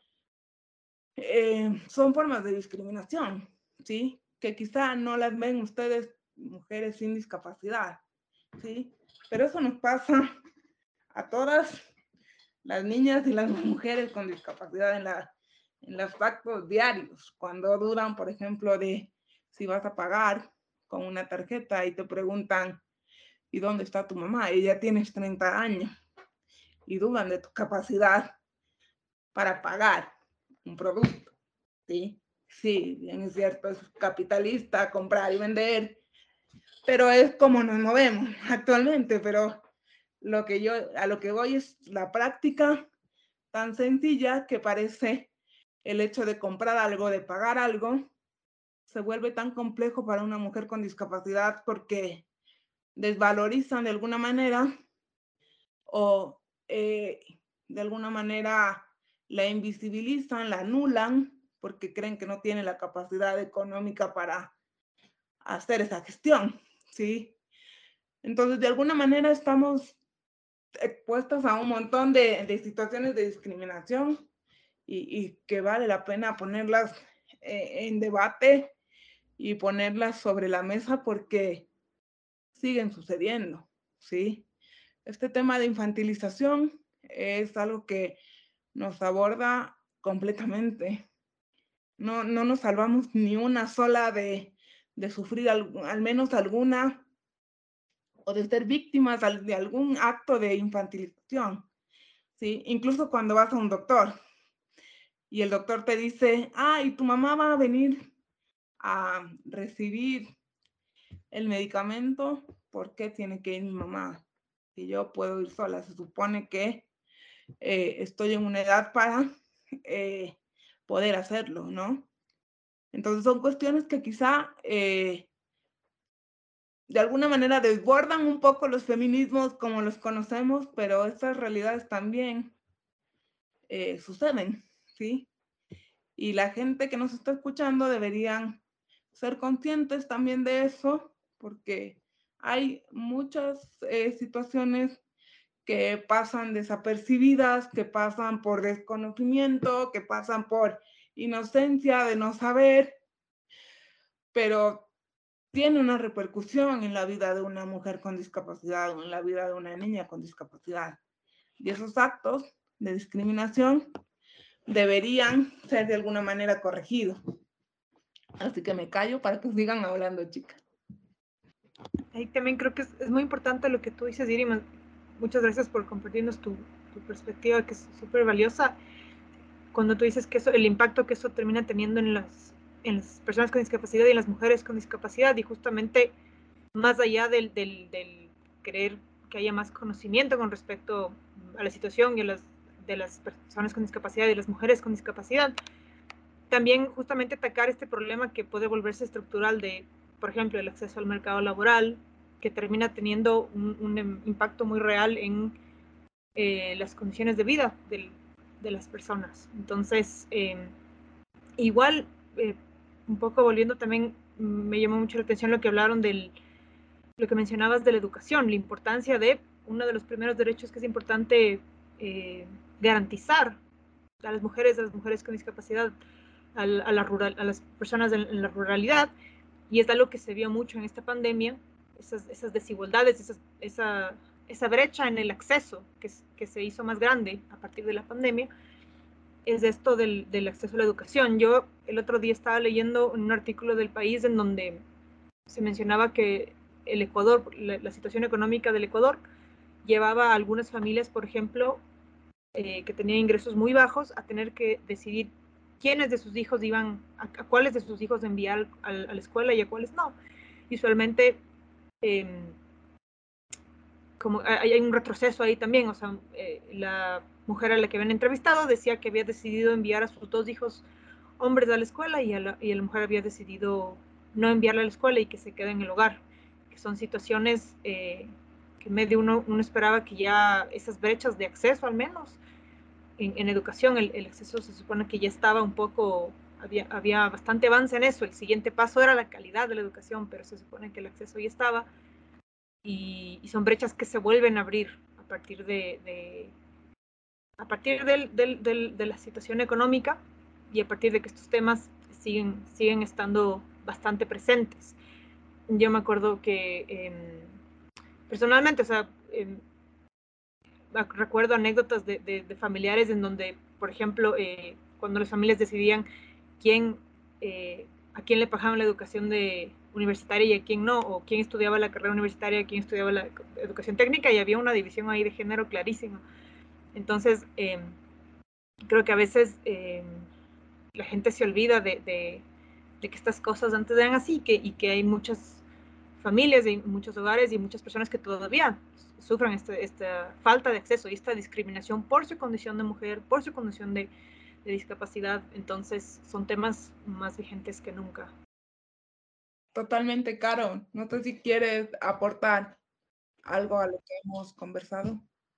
eh, son formas de discriminación, ¿sí? Que quizá no las ven ustedes, mujeres sin discapacidad, ¿sí? Pero eso nos pasa a todas las niñas y las mujeres con discapacidad en, la, en los actos diarios, cuando dudan, por ejemplo, de si vas a pagar con una tarjeta y te preguntan, ¿y dónde está tu mamá? Y ya tienes treinta años y dudan de tu capacidad para pagar un producto, ¿sí? Sí, bien es cierto, es capitalista, comprar y vender, pero es como nos movemos actualmente, pero lo que yo, a lo que voy es la práctica tan sencilla que parece el hecho de comprar algo, de pagar algo, se vuelve tan complejo para una mujer con discapacidad porque desvalorizan de alguna manera o eh, de alguna manera la invisibilizan, la anulan porque creen que no tiene la capacidad económica para hacer esa gestión, ¿sí? Entonces, de alguna manera estamos expuestas a un montón de, de situaciones de discriminación y, y, que vale la pena ponerlas eh, en debate y ponerlas sobre la mesa porque siguen sucediendo, ¿sí? Este tema de infantilización es algo que nos aborda completamente. No, no nos salvamos ni una sola de, de sufrir al, al menos alguna o de ser víctimas de algún acto de infantilización, ¿sí? Incluso cuando vas a un doctor y el doctor te dice, ah, y tu mamá va a venir a recibir el medicamento, ¿por qué tiene que ir mi mamá? Si yo puedo ir sola, se supone que eh, estoy en una edad para eh, poder hacerlo, ¿no? Entonces son cuestiones que quizá eh, de alguna manera desbordan un poco los feminismos como los conocemos, pero estas realidades también eh, suceden, ¿sí? Y la gente que nos está escuchando deberían ser conscientes también de eso, porque hay muchas eh, situaciones que pasan desapercibidas, que pasan por desconocimiento, que pasan por inocencia de no saber, pero tiene una repercusión en la vida de una mujer con discapacidad o en la vida de una niña con discapacidad. Y esos actos de discriminación deberían ser de alguna manera corregidos. Así que me callo para que sigan hablando, chicas. Ahí también creo que es, es muy importante lo que tú dices, Irima. Muchas gracias por compartirnos tu, tu perspectiva, que es súper valiosa. Cuando tú dices que eso, el impacto que eso termina teniendo en las, en las personas con discapacidad y en las mujeres con discapacidad, y justamente más allá del, del, del querer que haya más conocimiento con respecto a la situación y a las, de las personas con discapacidad y las mujeres con discapacidad, también justamente atacar este problema que puede volverse estructural de, por ejemplo, el acceso al mercado laboral, que termina teniendo un, un impacto muy real en eh, las condiciones de vida del, de las personas. Entonces, eh, igual, eh, un poco volviendo también, me llamó mucho la atención lo que hablaron del, lo que mencionabas de la educación, la importancia de uno de los primeros derechos que es importante eh, garantizar a las mujeres, a las mujeres con discapacidad, a, la, a, la rural, a las personas en, en la ruralidad, y es algo que se vio mucho en esta pandemia, esas, esas desigualdades, esas, esa, esa brecha en el acceso que, que se hizo más grande a partir de la pandemia, es esto del, del acceso a la educación. Yo el otro día estaba leyendo un artículo del País en donde se mencionaba que el Ecuador, la, la situación económica del Ecuador, llevaba a algunas familias, por ejemplo, eh, que tenían ingresos muy bajos, a tener que decidir quiénes de sus hijos iban, a, a cuáles de sus hijos enviar a, a la escuela y a cuáles no. Y usualmente, eh, como hay un retroceso ahí también, o sea, eh, la mujer a la que habían entrevistado decía que había decidido enviar a sus dos hijos hombres a la escuela y, a la, y la mujer había decidido no enviarla a la escuela y que se quede en el hogar, que son situaciones eh, que en medio uno, uno esperaba que ya esas brechas de acceso al menos en, en educación, el, el acceso se supone que ya estaba un poco, había, había bastante avance en eso, el siguiente paso era la calidad de la educación, pero se supone que el acceso ya estaba y, y son brechas que se vuelven a abrir a partir de, de a partir del, del, del, de la situación económica y a partir de que estos temas siguen, siguen estando bastante presentes. Yo me acuerdo que eh, personalmente, o sea, eh, recuerdo anécdotas de, de, de familiares en donde, por ejemplo, eh, cuando las familias decidían quién, eh, a quién le pagaban la educación de universitaria y a quién no, o quién estudiaba la carrera universitaria y quién estudiaba la educación técnica, y había una división ahí de género clarísima. Entonces, eh, creo que a veces eh, la gente se olvida de, de, de, que estas cosas antes eran así que, y que hay muchas familias y muchos hogares y muchas personas que todavía sufren este, esta falta de acceso y esta discriminación por su condición de mujer, por su condición de, de discapacidad. Entonces son temas más vigentes que nunca. Totalmente, Caro. No sé si quieres aportar algo a lo que hemos conversado.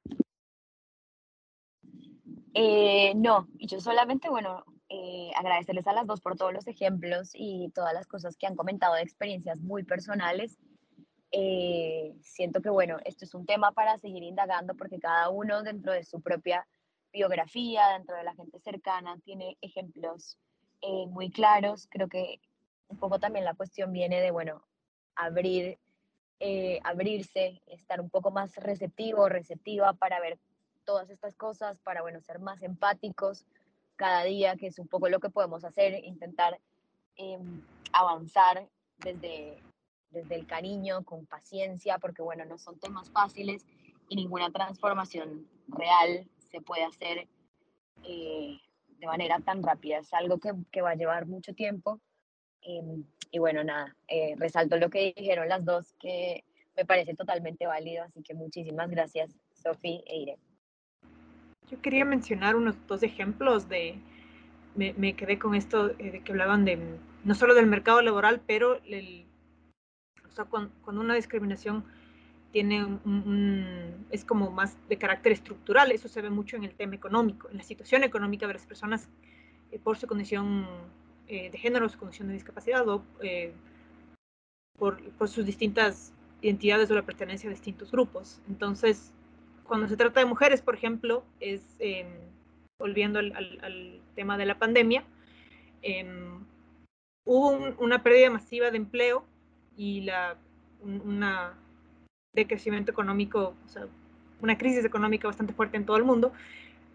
Eh, no, yo solamente, bueno, eh, agradecerles a las dos por todos los ejemplos y todas las cosas que han comentado de experiencias muy personales. Eh, siento que, bueno, esto es un tema para seguir indagando porque cada uno dentro de su propia biografía, dentro de la gente cercana, tiene ejemplos eh, muy claros. Creo que un poco también la cuestión viene de, bueno, abrir, eh, abrirse, estar un poco más receptivo, receptiva para ver todas estas cosas, para, bueno, ser más empáticos cada día, que es un poco lo que podemos hacer, intentar eh, avanzar desde, desde el cariño, con paciencia, porque, bueno, no son temas fáciles y ninguna transformación real se puede hacer eh, de manera tan rápida. Es algo que, que va a llevar mucho tiempo. Eh, y bueno, nada, eh, resalto lo que dijeron las dos, que me parece totalmente válido, así que muchísimas gracias, Sofi e Irene. Yo quería mencionar unos dos ejemplos de, me, me quedé con esto eh, de que hablaban de, no solo del mercado laboral, pero el, o sea, cuando, cuando una discriminación tiene un, un, es como más de carácter estructural, eso se ve mucho en el tema económico, en la situación económica de las personas eh, por su condición eh, de género, su condición de discapacidad o eh, por, por sus distintas identidades o la pertenencia a distintos grupos. Entonces, cuando se trata de mujeres, por ejemplo, es, eh, volviendo al, al, al, tema de la pandemia, eh, hubo un, una pérdida masiva de empleo y la, un, una decrecimiento económico, o sea, una crisis económica bastante fuerte en todo el mundo,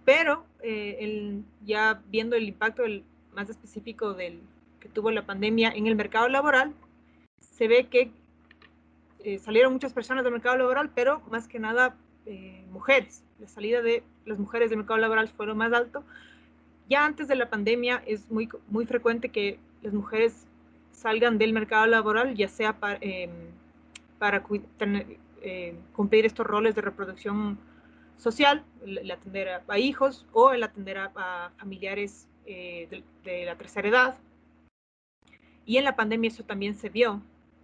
pero eh, el, ya viendo el impacto del, más específico del, que tuvo la pandemia en el mercado laboral, se ve que eh, salieron muchas personas del mercado laboral, pero más que nada eh, mujeres. La salida de las mujeres del mercado laboral fue lo más alto. Ya antes de la pandemia es muy, muy frecuente que las mujeres salgan del mercado laboral, ya sea para, eh, para tener, eh, cumplir estos roles de reproducción social, el, el atender a, a hijos o el atender a, a familiares eh, de, de la tercera edad. Y en la pandemia eso también se vio.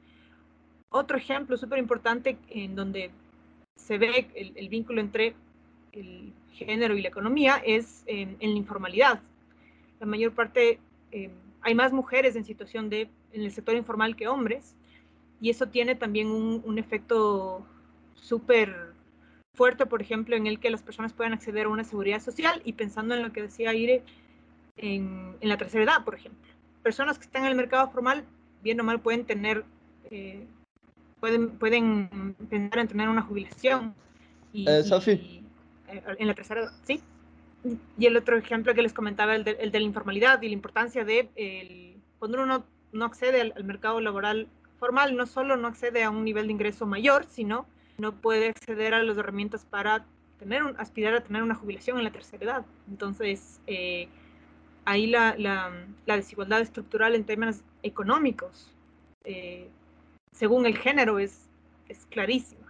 Otro ejemplo súper importante en donde se ve el, el vínculo entre el género y la economía es en, en la informalidad. La mayor parte, eh, hay más mujeres en situación de, en el sector informal que hombres, y eso tiene también un, un efecto súper fuerte, por ejemplo, en el que las personas puedan acceder a una seguridad social, y pensando en lo que decía Ire, en, en la tercera edad, por ejemplo. Personas que están en el mercado formal, bien o mal, pueden tener, eh, pueden, pueden pensar en tener una jubilación, y, Eh, y Sofi, eh, en la tercera edad, ¿sí? Y el otro ejemplo que les comentaba, el de, el de la informalidad y la importancia de el, cuando uno no, no accede al, al mercado laboral formal, no solo no accede a un nivel de ingreso mayor, sino no puede acceder a las herramientas para tener un, aspirar a tener una jubilación en la tercera edad. Entonces, eh, ahí la, la, la, desigualdad estructural en términos económicos, eh, según el género, es, es clarísima.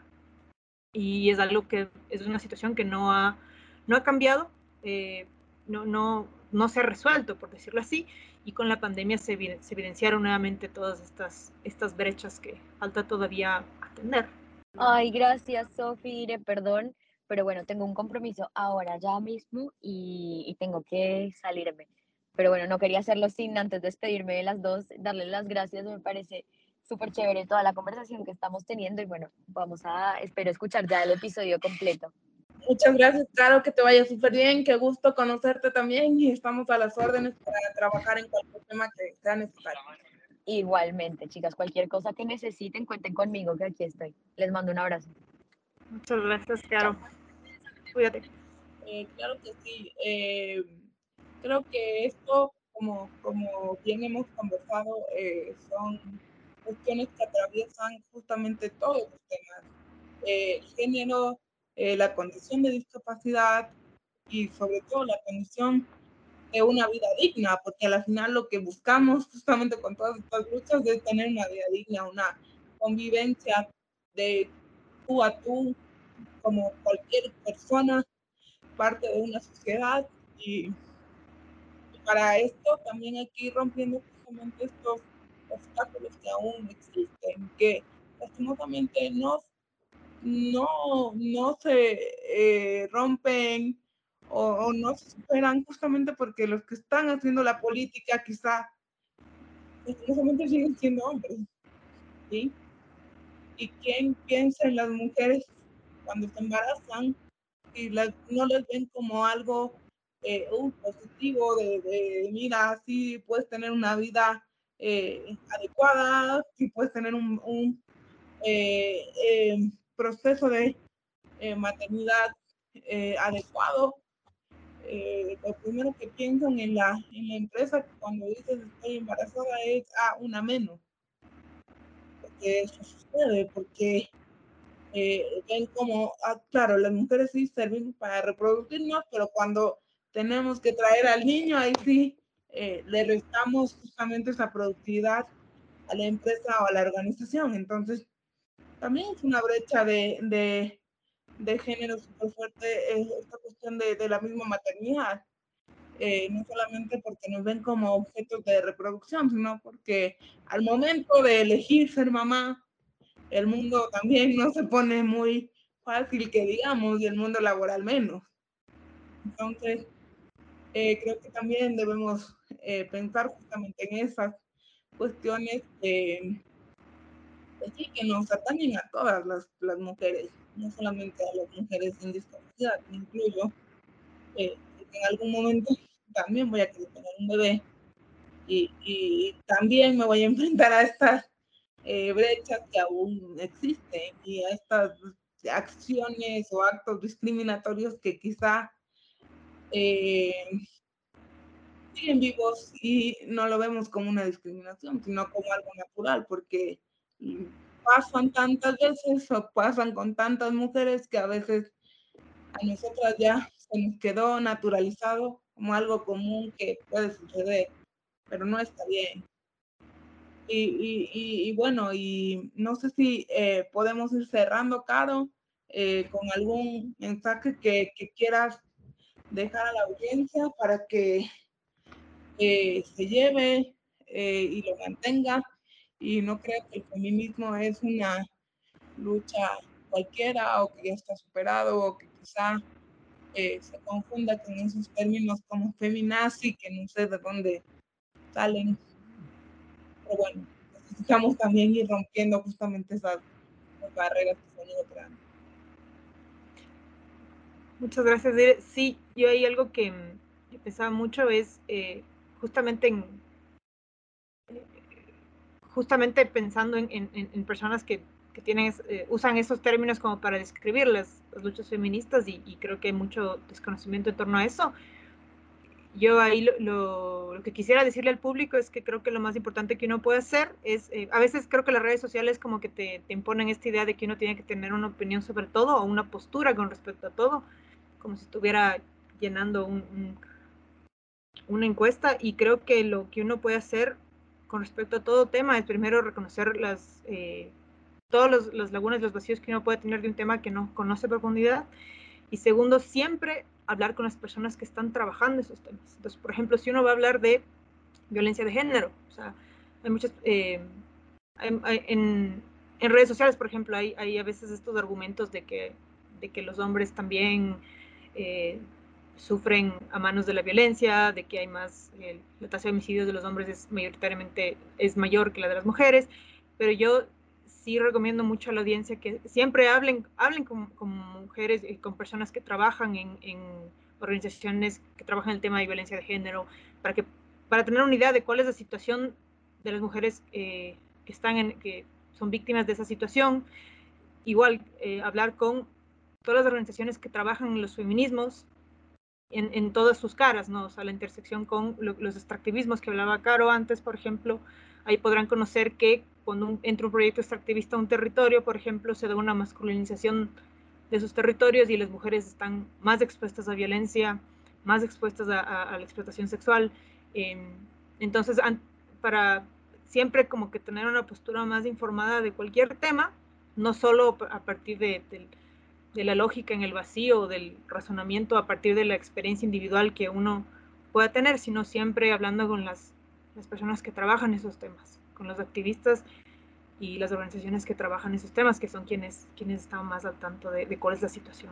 Y es algo que es una situación que no ha, no ha cambiado, eh, no, no, no se ha resuelto, por decirlo así, y con la pandemia se, se evidenciaron nuevamente todas estas, estas brechas que falta todavía atender. Ay, gracias, Sofía, perdón, pero bueno, tengo un compromiso ahora ya mismo y, y tengo que salirme. Pero bueno, no quería hacerlo sin antes despedirme de las dos, darles las gracias, me parece súper chévere toda la conversación que estamos teniendo y bueno, vamos a, espero escuchar ya el episodio completo. Muchas gracias, Caro, que te vaya súper bien, qué gusto conocerte también y estamos a las órdenes para trabajar en cualquier tema que sea necesario. Igualmente, chicas, cualquier cosa que necesiten, cuenten conmigo, que aquí estoy. Les mando un abrazo. Muchas gracias, Caro. Cuídate. Eh, claro que sí. Eh, creo que esto, como, como bien hemos conversado, eh, son cuestiones que atraviesan justamente todos los temas. Eh, el género, eh, la condición de discapacidad y sobre todo la condición de una vida digna, porque al final lo que buscamos justamente con todas estas luchas es tener una vida digna, una convivencia de tú a tú, como cualquier persona, parte de una sociedad, y, y para esto también hay que ir rompiendo justamente estos obstáculos que aún existen, que lastimosamente no, no, no se eh, rompen o, o no se superan justamente porque los que están haciendo la política quizá lastimosamente siguen siendo hombres, ¿sí? ¿Y quién piensa en las mujeres cuando se embarazan y las, no les ven como algo eh, uh, positivo de, de, mira, sí puedes tener una vida eh, adecuada, sí puedes tener un, un eh, eh, proceso de eh, maternidad eh, adecuado? Eh, lo primero que piensan en la, en la empresa cuando dices estoy embarazada es ah, una menos. Porque eso sucede, porque eh, ven como, ah, claro, las mujeres sí servimos para reproducirnos, pero cuando tenemos que traer al niño, ahí sí eh, le restamos justamente esa productividad a la empresa o a la organización. Entonces, también es una brecha de, de, de género súper fuerte eh, esta cuestión de, de la misma maternidad. Eh, no solamente porque nos ven como objetos de reproducción, sino porque al momento de elegir ser mamá, el mundo también no se pone muy fácil, que digamos, y el mundo laboral menos. Entonces, eh, creo que también debemos eh, pensar justamente en esas cuestiones de, de sí, que nos atañen a todas las, las mujeres, no solamente a las mujeres sin discapacidad, me incluyo, eh, porque en algún momento también voy a querer tener un bebé y, y también me voy a enfrentar a estas eh, brechas que aún existen y a estas acciones o actos discriminatorios que quizá eh, siguen vivos y no lo vemos como una discriminación, sino como algo natural, porque pasan tantas veces o pasan con tantas mujeres que a veces a nosotras ya se nos quedó naturalizado como algo común que puede suceder, pero no está bien. Y, y, y, y bueno, y no sé si eh, podemos ir cerrando, Caro, eh, con algún mensaje que, que quieras dejar a la audiencia para que eh, se lleve eh, y lo mantenga. Y no creo que el feminismo es una lucha cualquiera o que ya está superado o que quizá eh, se confunda con esos términos como feminazi que no sé de dónde salen. Pero bueno, necesitamos también ir rompiendo justamente esas, esas barreras que se han ido creando. Muchas gracias, Dire. Sí, yo hay algo que, que pensaba mucho es eh, justamente en eh, justamente pensando en, en, en personas que, que tienen, eh, usan esos términos como para describir las, las luchas feministas y, y creo que hay mucho desconocimiento en torno a eso. Yo ahí lo, lo, lo, que quisiera decirle al público es que creo que lo más importante que uno puede hacer es, eh, a veces creo que las redes sociales como que te, te imponen esta idea de que uno tiene que tener una opinión sobre todo o una postura con respecto a todo, como si estuviera llenando un, un, una encuesta, y creo que lo que uno puede hacer con respecto a todo tema es primero reconocer las, eh, todas los, las lagunas, los vacíos que uno puede tener de un tema que no conoce a profundidad, y segundo, siempre hablar con las personas que están trabajando esos temas. Entonces, por ejemplo, si uno va a hablar de violencia de género, o sea, hay muchas, eh, hay, hay, en, en redes sociales, por ejemplo, hay, hay a veces estos argumentos de que, de que los hombres también eh, sufren a manos de la violencia, de que hay más, eh, la tasa de homicidios de los hombres es mayoritariamente es mayor que la de las mujeres, pero yo sí recomiendo mucho a la audiencia que siempre hablen, hablen con, con mujeres y con personas que trabajan en, en organizaciones que trabajan el tema de violencia de género, para que para tener una idea de cuál es la situación de las mujeres eh, que están en, que son víctimas de esa situación. Igual eh, hablar con todas las organizaciones que trabajan en los feminismos en, en todas sus caras, ¿no? O sea, la intersección con lo, los extractivismos que hablaba Caro antes, por ejemplo, ahí podrán conocer que cuando un, entra un proyecto extractivista a un territorio, por ejemplo, se da una masculinización de esos territorios y las mujeres están más expuestas a violencia, más expuestas a, a, a la explotación sexual. Eh, entonces, an, para siempre como que tener una postura más informada de cualquier tema, no solo a partir de, de, de la lógica en el vacío, del razonamiento a partir de la experiencia individual que uno pueda tener, sino siempre hablando con las, las personas que trabajan esos temas, con los activistas y las organizaciones que trabajan esos temas, que son quienes, quienes están más al tanto de, de cuál es la situación.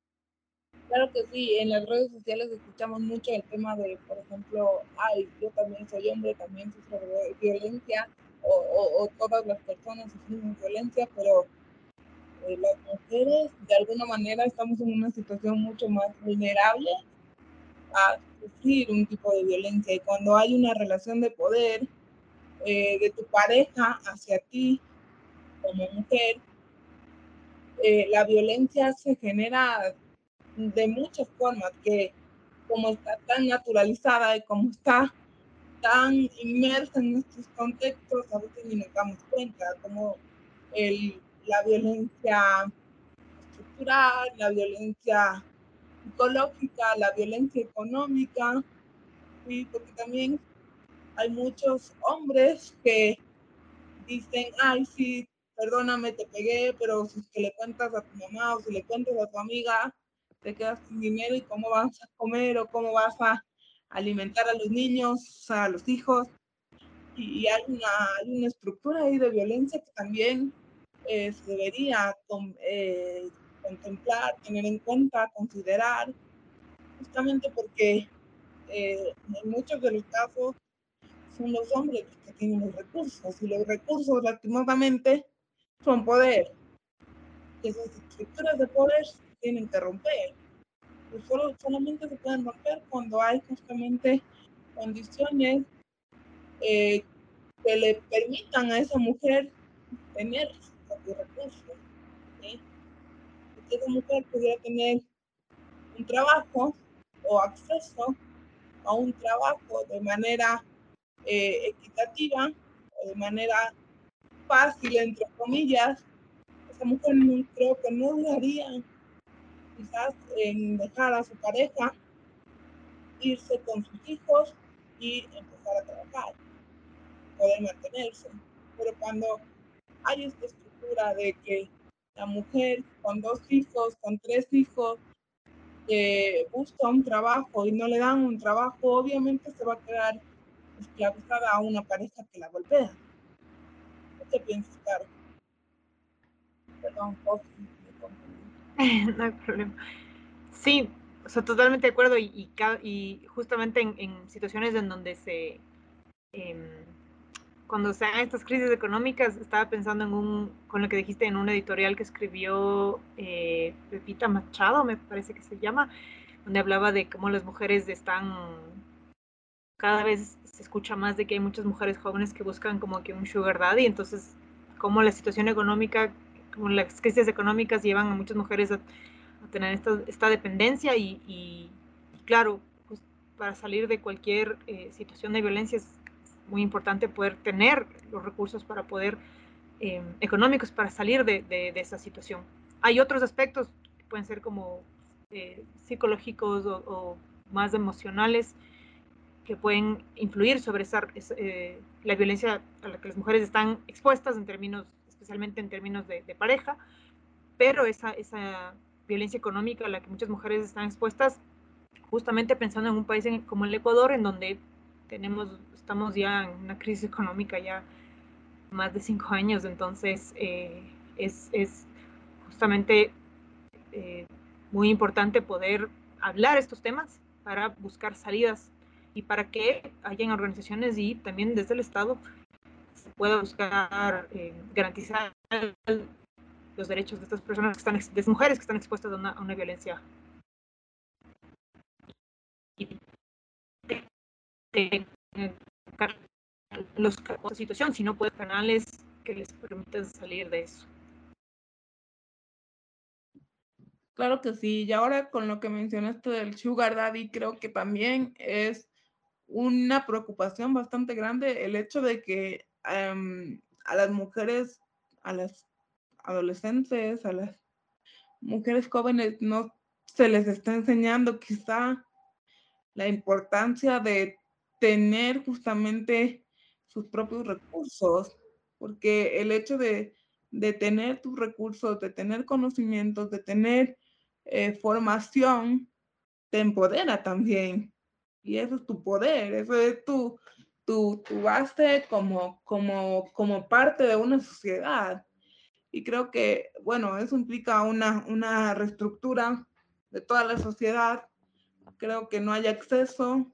Claro que sí, en las redes sociales escuchamos mucho el tema de, por ejemplo, ay, yo también soy hombre, también sufro violencia, o, o, o todas las personas sufrimos violencia, pero eh, las mujeres de alguna manera estamos en una situación mucho más vulnerable a sufrir un tipo de violencia, y cuando hay una relación de poder eh, de tu pareja hacia ti como mujer, eh, la violencia se genera de muchas formas, que como está tan naturalizada y como está tan inmersa en nuestros contextos, a veces ni nos damos cuenta, como el, la violencia estructural, la violencia psicológica, la violencia económica, y porque también hay muchos hombres que dicen, ay, sí, perdóname, te pegué, pero si es que le cuentas a tu mamá o si le cuentas a tu amiga, te quedas sin dinero y cómo vas a comer o cómo vas a alimentar a los niños, a los hijos. Y, y hay, una, hay una estructura ahí de violencia que también eh, se debería con, eh, contemplar, tener en cuenta, considerar, justamente porque eh, en muchos de los casos son los hombres los que tienen los recursos, y los recursos lastimosamente son poder. Y esas estructuras de poder se tienen que romper. Y solo, solamente se pueden romper cuando hay justamente condiciones eh, que le permitan a esa mujer tener sus propios recursos, ¿sí? Que esa mujer pudiera tener un trabajo o acceso a un trabajo de manera eh, equitativa o de manera fácil, entre comillas, esa mujer no, creo que no dudaría quizás en dejar a su pareja, irse con sus hijos y empezar a trabajar, poder mantenerse. Pero cuando hay esta estructura de que la mujer con dos hijos, con tres hijos, eh, busca un trabajo y no le dan un trabajo, obviamente se va a quedar esclavizada a una pareja que la golpea. ¿Qué piensas, Caro? Perdón, Coqui, me confundí. No hay problema. Sí, o sea, totalmente de acuerdo y, y, y justamente en, en, situaciones en donde se, eh, cuando se dan estas crisis económicas, estaba pensando en un, con lo que dijiste en un editorial que escribió eh, Pepita Machado, me parece que se llama, donde hablaba de cómo las mujeres están, cada vez se escucha más de que hay muchas mujeres jóvenes que buscan como que un sugar daddy, entonces cómo la situación económica, como las crisis económicas llevan a muchas mujeres a, a tener esta, esta dependencia y, y, y claro, pues para salir de cualquier eh, situación de violencia es muy importante poder tener los recursos para poder, eh, económicos para salir de, de, de, esa situación. Hay otros aspectos que pueden ser como eh, psicológicos o, o más emocionales que pueden influir sobre esa, eh, la violencia a la que las mujeres están expuestas en términos, especialmente en términos de, de pareja, pero esa, esa violencia económica a la que muchas mujeres están expuestas, justamente pensando en un país en, como el Ecuador, en donde tenemos, estamos ya en una crisis económica ya más de cinco años, entonces eh, es, es justamente eh, muy importante poder hablar estos temas para buscar salidas y para que hayan organizaciones y también desde el Estado se pueda buscar eh, garantizar los derechos de estas personas que están, de estas mujeres que están expuestas a una, a una violencia. Y de, de, de, los la situación, si no pueden canales que les permitan salir de eso. Claro que sí, y ahora con lo que mencionaste del sugar daddy, creo que también es una preocupación bastante grande el hecho de que um, a las mujeres, a las adolescentes, a las mujeres jóvenes no se les está enseñando quizá la importancia de tener justamente sus propios recursos, porque el hecho de, de tener tus recursos, de tener conocimientos, de tener eh, formación, te empodera también. Y eso es tu poder, eso es tu, tu, tu base como, como, como parte de una sociedad. Y creo que, bueno, eso implica una, una reestructura de toda la sociedad. Creo que no hay acceso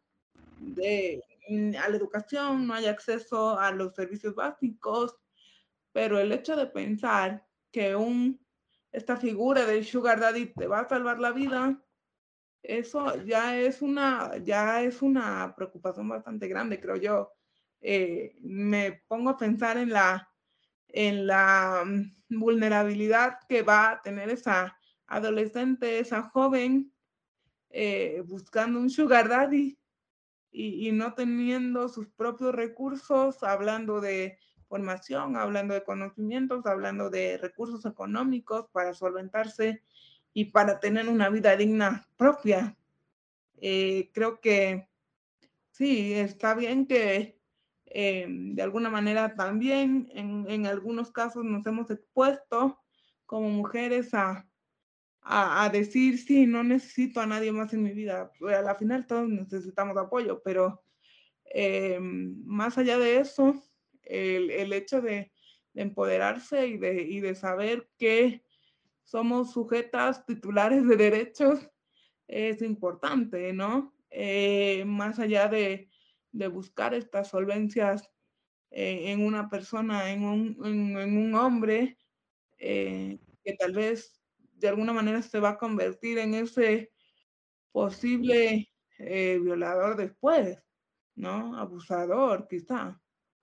de, a la educación, no hay acceso a los servicios básicos, pero el hecho de pensar que un, esta figura del sugar daddy te va a salvar la vida, eso ya es una, ya es una preocupación bastante grande, creo yo. Eh, me pongo a pensar en la, en la vulnerabilidad que va a tener esa adolescente, esa joven, eh, buscando un sugar daddy y, y no teniendo sus propios recursos, hablando de formación, hablando de conocimientos, hablando de recursos económicos para solventarse y para tener una vida digna propia. Eh, creo que sí, está bien que eh, de alguna manera también en, en, algunos casos nos hemos expuesto como mujeres a, a, a decir, sí, no necesito a nadie más en mi vida. Pues a la final todos necesitamos apoyo, pero eh, más allá de eso, el, el hecho de, de empoderarse y de, y de saber que somos sujetas titulares de derechos es importante, ¿no? Eh, más allá de, de, buscar estas solvencias eh, en una persona, en un, en, en un hombre, eh, que tal vez de alguna manera se va a convertir en ese posible eh, violador después, ¿no? Abusador, quizá.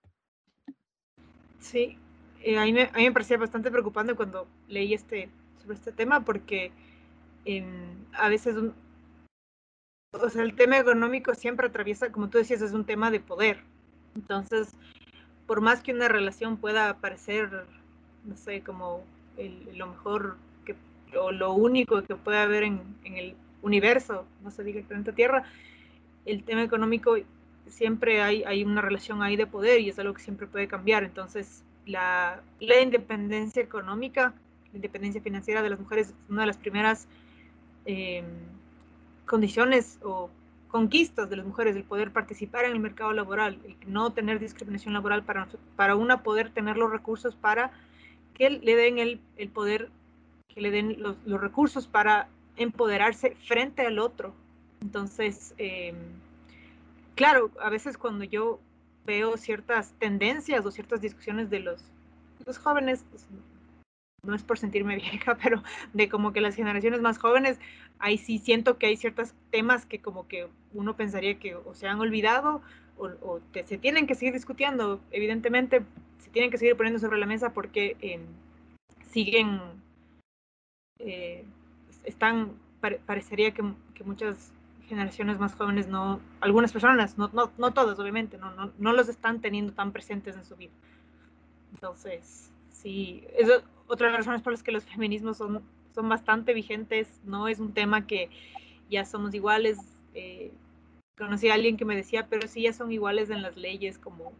Sí, eh, a, mí me, a mí me parecía bastante preocupante cuando leí este, sobre este tema porque eh, a veces un, o sea, el tema económico siempre atraviesa, como tú decías, es un tema de poder. Entonces, por más que una relación pueda parecer, no sé, como el, lo mejor que, o lo único que puede haber en, en el universo, no se diga el planeta Tierra, el tema económico siempre hay, hay una relación ahí de poder y es algo que siempre puede cambiar. Entonces, la, la independencia económica, la independencia financiera de las mujeres es una de las primeras eh, condiciones o conquistas de las mujeres, el poder participar en el mercado laboral, el no tener discriminación laboral para, para una poder tener los recursos para que le den el, el poder, que le den los, los recursos para empoderarse frente al otro. Entonces, eh, claro, a veces cuando yo veo ciertas tendencias o ciertas discusiones de los, los jóvenes, pues, no es por sentirme vieja, pero de como que las generaciones más jóvenes, ahí sí siento que hay ciertos temas que como que uno pensaría que o se han olvidado o, o te, se tienen que seguir discutiendo. Evidentemente, se tienen que seguir poniendo sobre la mesa porque eh, siguen, eh, están, pare, parecería que, que muchas generaciones más jóvenes no, algunas personas, no, no, no todas obviamente, no, no, no los están teniendo tan presentes en su vida. Entonces, sí, es otra de las razones por las que los feminismos son, son bastante vigentes, no es un tema que ya somos iguales. Eh, conocí a alguien que me decía, pero sí ya son iguales en las leyes, como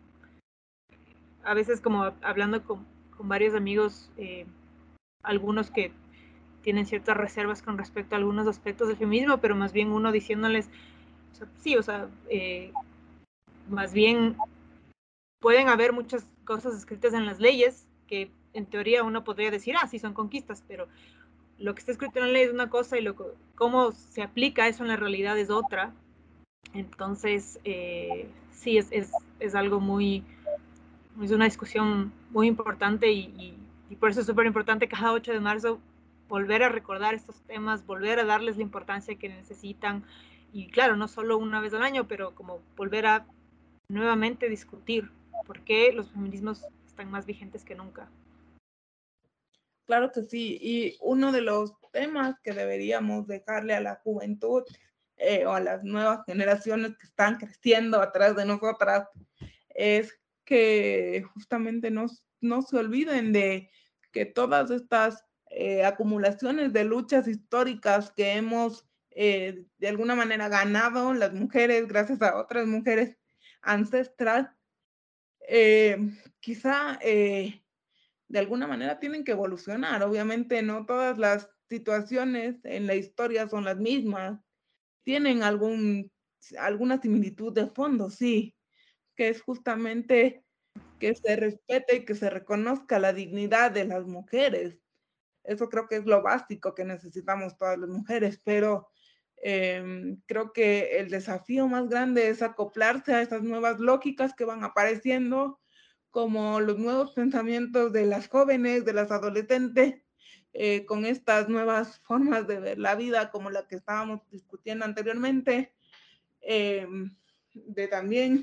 a veces como hablando con, con varios amigos, eh, algunos que tienen ciertas reservas con respecto a algunos aspectos del feminismo, pero más bien uno diciéndoles, o sea, sí, o sea, eh, más bien pueden haber muchas cosas escritas en las leyes que en teoría uno podría decir, ah, sí son conquistas, pero lo que está escrito en la ley es una cosa y lo, cómo se aplica eso en la realidad es otra. Entonces, eh, sí, es, es, es algo muy, es una discusión muy importante y, y, y por eso es súper importante cada ocho de marzo volver a recordar estos temas, volver a darles la importancia que necesitan y claro, no solo una vez al año, pero como volver a nuevamente discutir por qué los feminismos están más vigentes que nunca. Claro que sí, y uno de los temas que deberíamos dejarle a la juventud eh, o a las nuevas generaciones que están creciendo atrás de nosotras es que justamente no, no se olviden de que todas estas eh, acumulaciones de luchas históricas que hemos eh, de alguna manera ganado las mujeres gracias a otras mujeres ancestrales, eh, quizá eh, de alguna manera tienen que evolucionar. Obviamente no todas las situaciones en la historia son las mismas, tienen algún, alguna similitud de fondo, sí, que es justamente que se respete y que se reconozca la dignidad de las mujeres. Eso creo que es lo básico que necesitamos todas las mujeres, pero eh, creo que el desafío más grande es acoplarse a esas nuevas lógicas que van apareciendo, como los nuevos pensamientos de las jóvenes, de las adolescentes, eh, con estas nuevas formas de ver la vida, como la que estábamos discutiendo anteriormente, eh, de también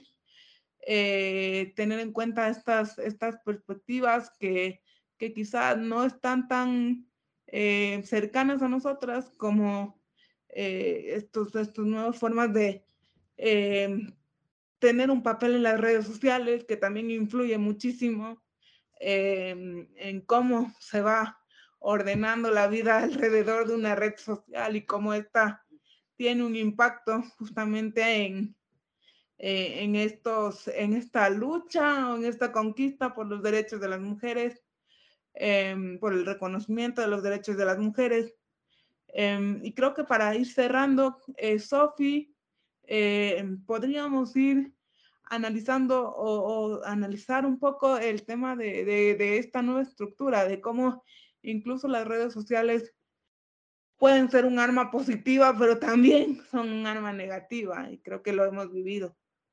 eh, tener en cuenta estas, estas perspectivas que, que quizás no están tan eh, cercanas a nosotras como eh, estos, estos nuevas formas de eh, tener un papel en las redes sociales, que también influye muchísimo eh, en cómo se va ordenando la vida alrededor de una red social y cómo esta tiene un impacto justamente en, eh, en, estos, en esta lucha o en esta conquista por los derechos de las mujeres, eh, por el reconocimiento de los derechos de las mujeres. Eh, y creo que para ir cerrando, eh, Sofi, eh, podríamos ir analizando o, o, analizar un poco el tema de, de, de esta nueva estructura, de cómo incluso las redes sociales pueden ser un arma positiva, pero también son un arma negativa, y creo que lo hemos vivido.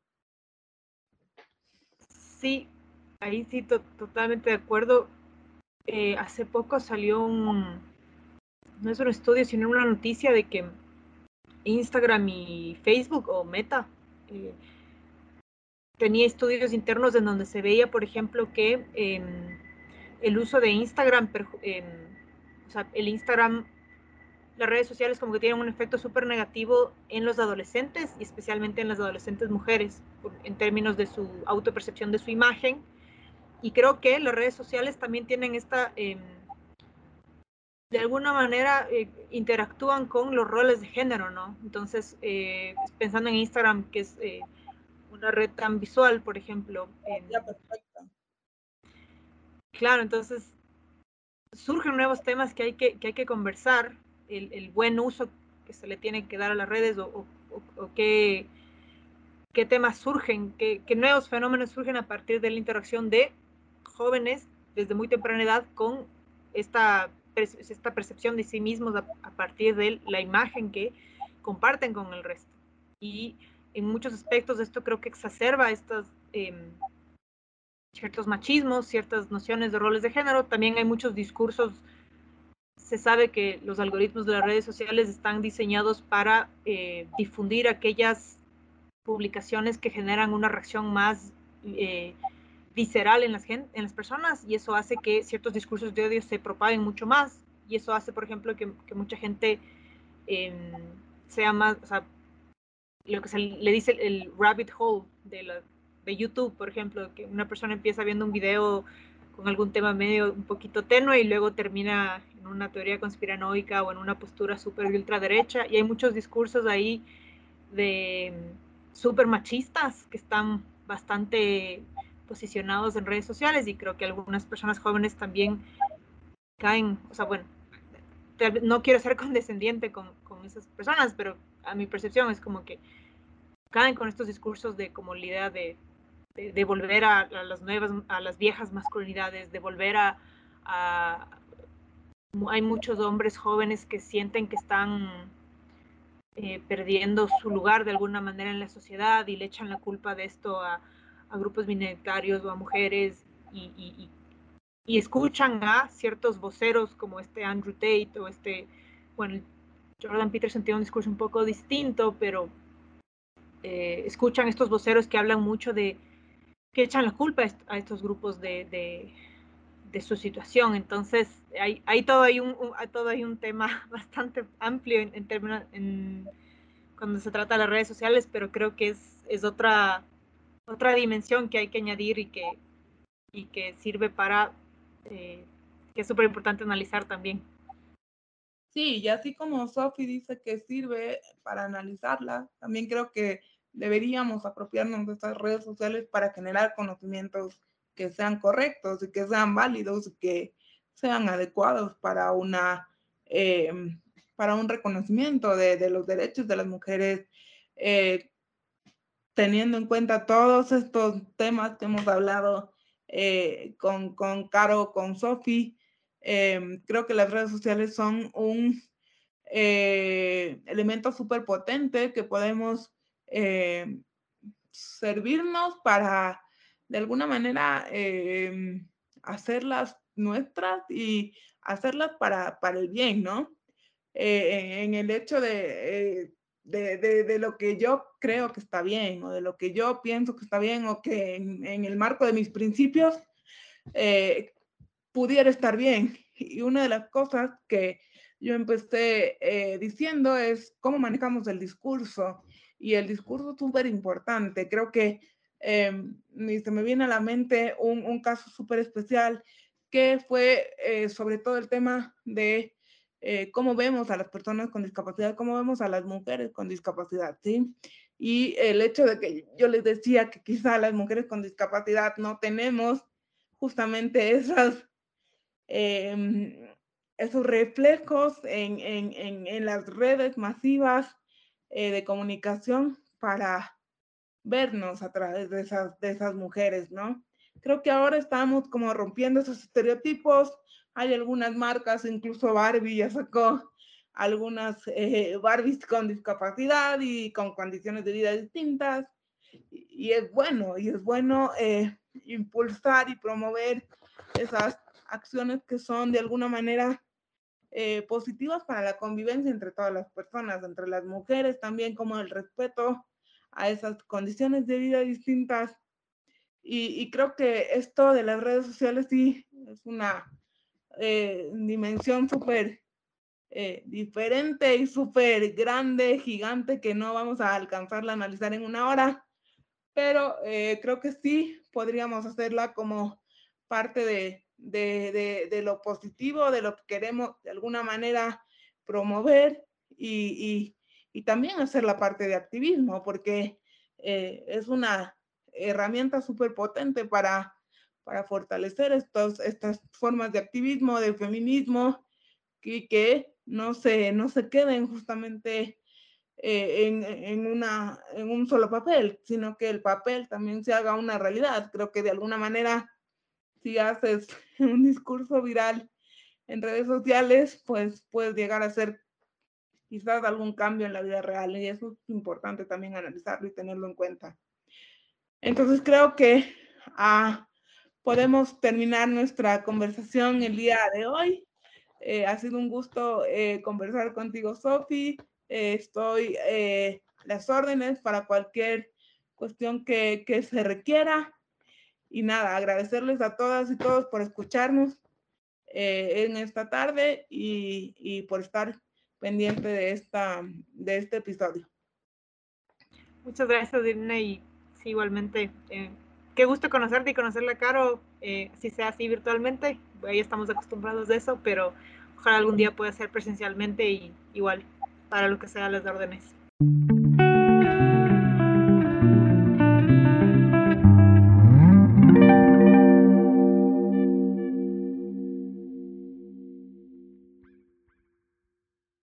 Sí, ahí sí, to totalmente de acuerdo. Eh, hace poco salió un, no es un estudio, sino una noticia de que Instagram y Facebook o Meta eh, tenía estudios internos en donde se veía, por ejemplo, que eh, el uso de Instagram, eh, o sea, el Instagram las redes sociales como que tienen un efecto súper negativo en los adolescentes y especialmente en las adolescentes mujeres en términos de su autopercepción de su imagen. Y creo que las redes sociales también tienen esta, eh, de alguna manera, eh, interactúan con los roles de género, ¿no? Entonces, eh, pensando en Instagram, que es eh, una red tan visual, por ejemplo. En, Ya, perfecto. Claro, entonces surgen nuevos temas que hay que, que, hay que conversar, el, el buen uso que se le tiene que dar a las redes o, o, o, o qué, qué temas surgen, qué, qué nuevos fenómenos surgen a partir de la interacción de jóvenes desde muy temprana edad con esta, esta percepción de sí mismos a, a partir de la imagen que comparten con el resto. Y en muchos aspectos esto creo que exacerba estos eh, ciertos machismos, ciertas nociones de roles de género. También hay muchos discursos. Se sabe que los algoritmos de las redes sociales están diseñados para eh, difundir aquellas publicaciones que generan una reacción más eh, visceral en las, en las personas, y eso hace que ciertos discursos de odio se propaguen mucho más, y eso hace, por ejemplo, que, que mucha gente eh, sea más, o sea, lo que se le dice el, el rabbit hole de, la, de YouTube, por ejemplo, que una persona empieza viendo un video con algún tema medio un poquito tenue y luego termina en una teoría conspiranoica o en una postura súper de ultraderecha, y hay muchos discursos ahí de súper machistas que están bastante posicionados en redes sociales, y creo que algunas personas jóvenes también caen, o sea, bueno, no quiero ser condescendiente con, con esas personas, pero a mi percepción es como que caen con estos discursos de como la idea de, de, de volver a, a las nuevas, a las viejas masculinidades, de volver a, a... Hay muchos hombres jóvenes que sienten que están eh, perdiendo su lugar de alguna manera en la sociedad y le echan la culpa de esto a, a grupos minoritarios o a mujeres, y, y, y escuchan a ciertos voceros como este Andrew Tate o este, bueno, Jordan Peterson tiene un discurso un poco distinto, pero eh, escuchan estos voceros que hablan mucho de, que echan la culpa a estos grupos de, de, de su situación. Entonces, hay, hay, todo, hay, un, un, hay todo hay un tema bastante amplio en, en términos, en, cuando se trata de las redes sociales, pero creo que es, es otra, otra dimensión que hay que añadir y que, y que sirve para, eh, que es súper importante analizar también. Sí, y así como Sophie dice que sirve para analizarla, también creo que deberíamos apropiarnos de estas redes sociales para generar conocimientos que sean correctos y que sean válidos y que sean adecuados para una eh, para un reconocimiento de, de los derechos de las mujeres, eh, teniendo en cuenta todos estos temas que hemos hablado eh, con, con Caro, con Sophie. Eh, creo que las redes sociales son un eh, elemento súper potente que podemos eh, servirnos para, de alguna manera, eh, hacerlas nuestras y hacerlas para, para el bien, ¿no? Eh, en el hecho de, eh, de, de, de, lo que yo creo que está bien, o de lo que yo pienso que está bien, o que en, en el marco de mis principios eh, pudiera estar bien. Y una de las cosas que yo empecé eh, diciendo es cómo manejamos el discurso. Y el discurso es súper importante. Creo que eh, se me viene a la mente un, un caso súper especial que fue eh, sobre todo el tema de eh, cómo vemos a las personas con discapacidad, cómo vemos a las mujeres con discapacidad, ¿sí? Y el hecho de que yo les decía que quizá las mujeres con discapacidad no tenemos justamente esas, eh, esos reflejos en, en, en, en, las redes masivas eh, de comunicación para vernos a través de esas, de esas mujeres, ¿no? Creo que ahora estamos como rompiendo esos estereotipos. Hay algunas marcas, incluso Barbie ya sacó algunas eh, Barbies con discapacidad y con condiciones de vida distintas. Y, y es bueno, y es bueno eh, impulsar y promover esas acciones que son de alguna manera eh, positivas para la convivencia entre todas las personas, entre las mujeres también, como el respeto a esas condiciones de vida distintas. Y, y creo que esto de las redes sociales sí es una eh, dimensión súper eh, diferente y súper grande, gigante, que no vamos a alcanzarla a analizar en una hora, pero eh, creo que sí podríamos hacerla como parte de, de, de, de lo positivo, de lo que queremos de alguna manera promover y, y, y también hacer la parte de activismo, porque eh, es una herramienta súper potente para, para fortalecer estos, estas formas de activismo, de feminismo, y que no se, no se queden justamente eh, en, en, una, en un solo papel, sino que el papel también se haga una realidad. Creo que de alguna manera, si haces un discurso viral en redes sociales, pues puedes llegar a ser quizás algún cambio en la vida real, y eso es importante también analizarlo y tenerlo en cuenta. Entonces creo que ah, podemos terminar nuestra conversación el día de hoy. Eh, ha sido un gusto eh, conversar contigo, Sofi. Eh, estoy eh, a las órdenes para cualquier cuestión que, que se requiera. Y nada, agradecerles a todas y todos por escucharnos eh, en esta tarde y, y por estar pendiente de, esta, de este episodio. Muchas gracias, Irene, y sí, igualmente. Eh, qué gusto conocerte y conocerla, Caro, eh, si sea así virtualmente. Ahí estamos acostumbrados de eso, pero ojalá algún día pueda ser presencialmente y igual, para lo que sea las órdenes.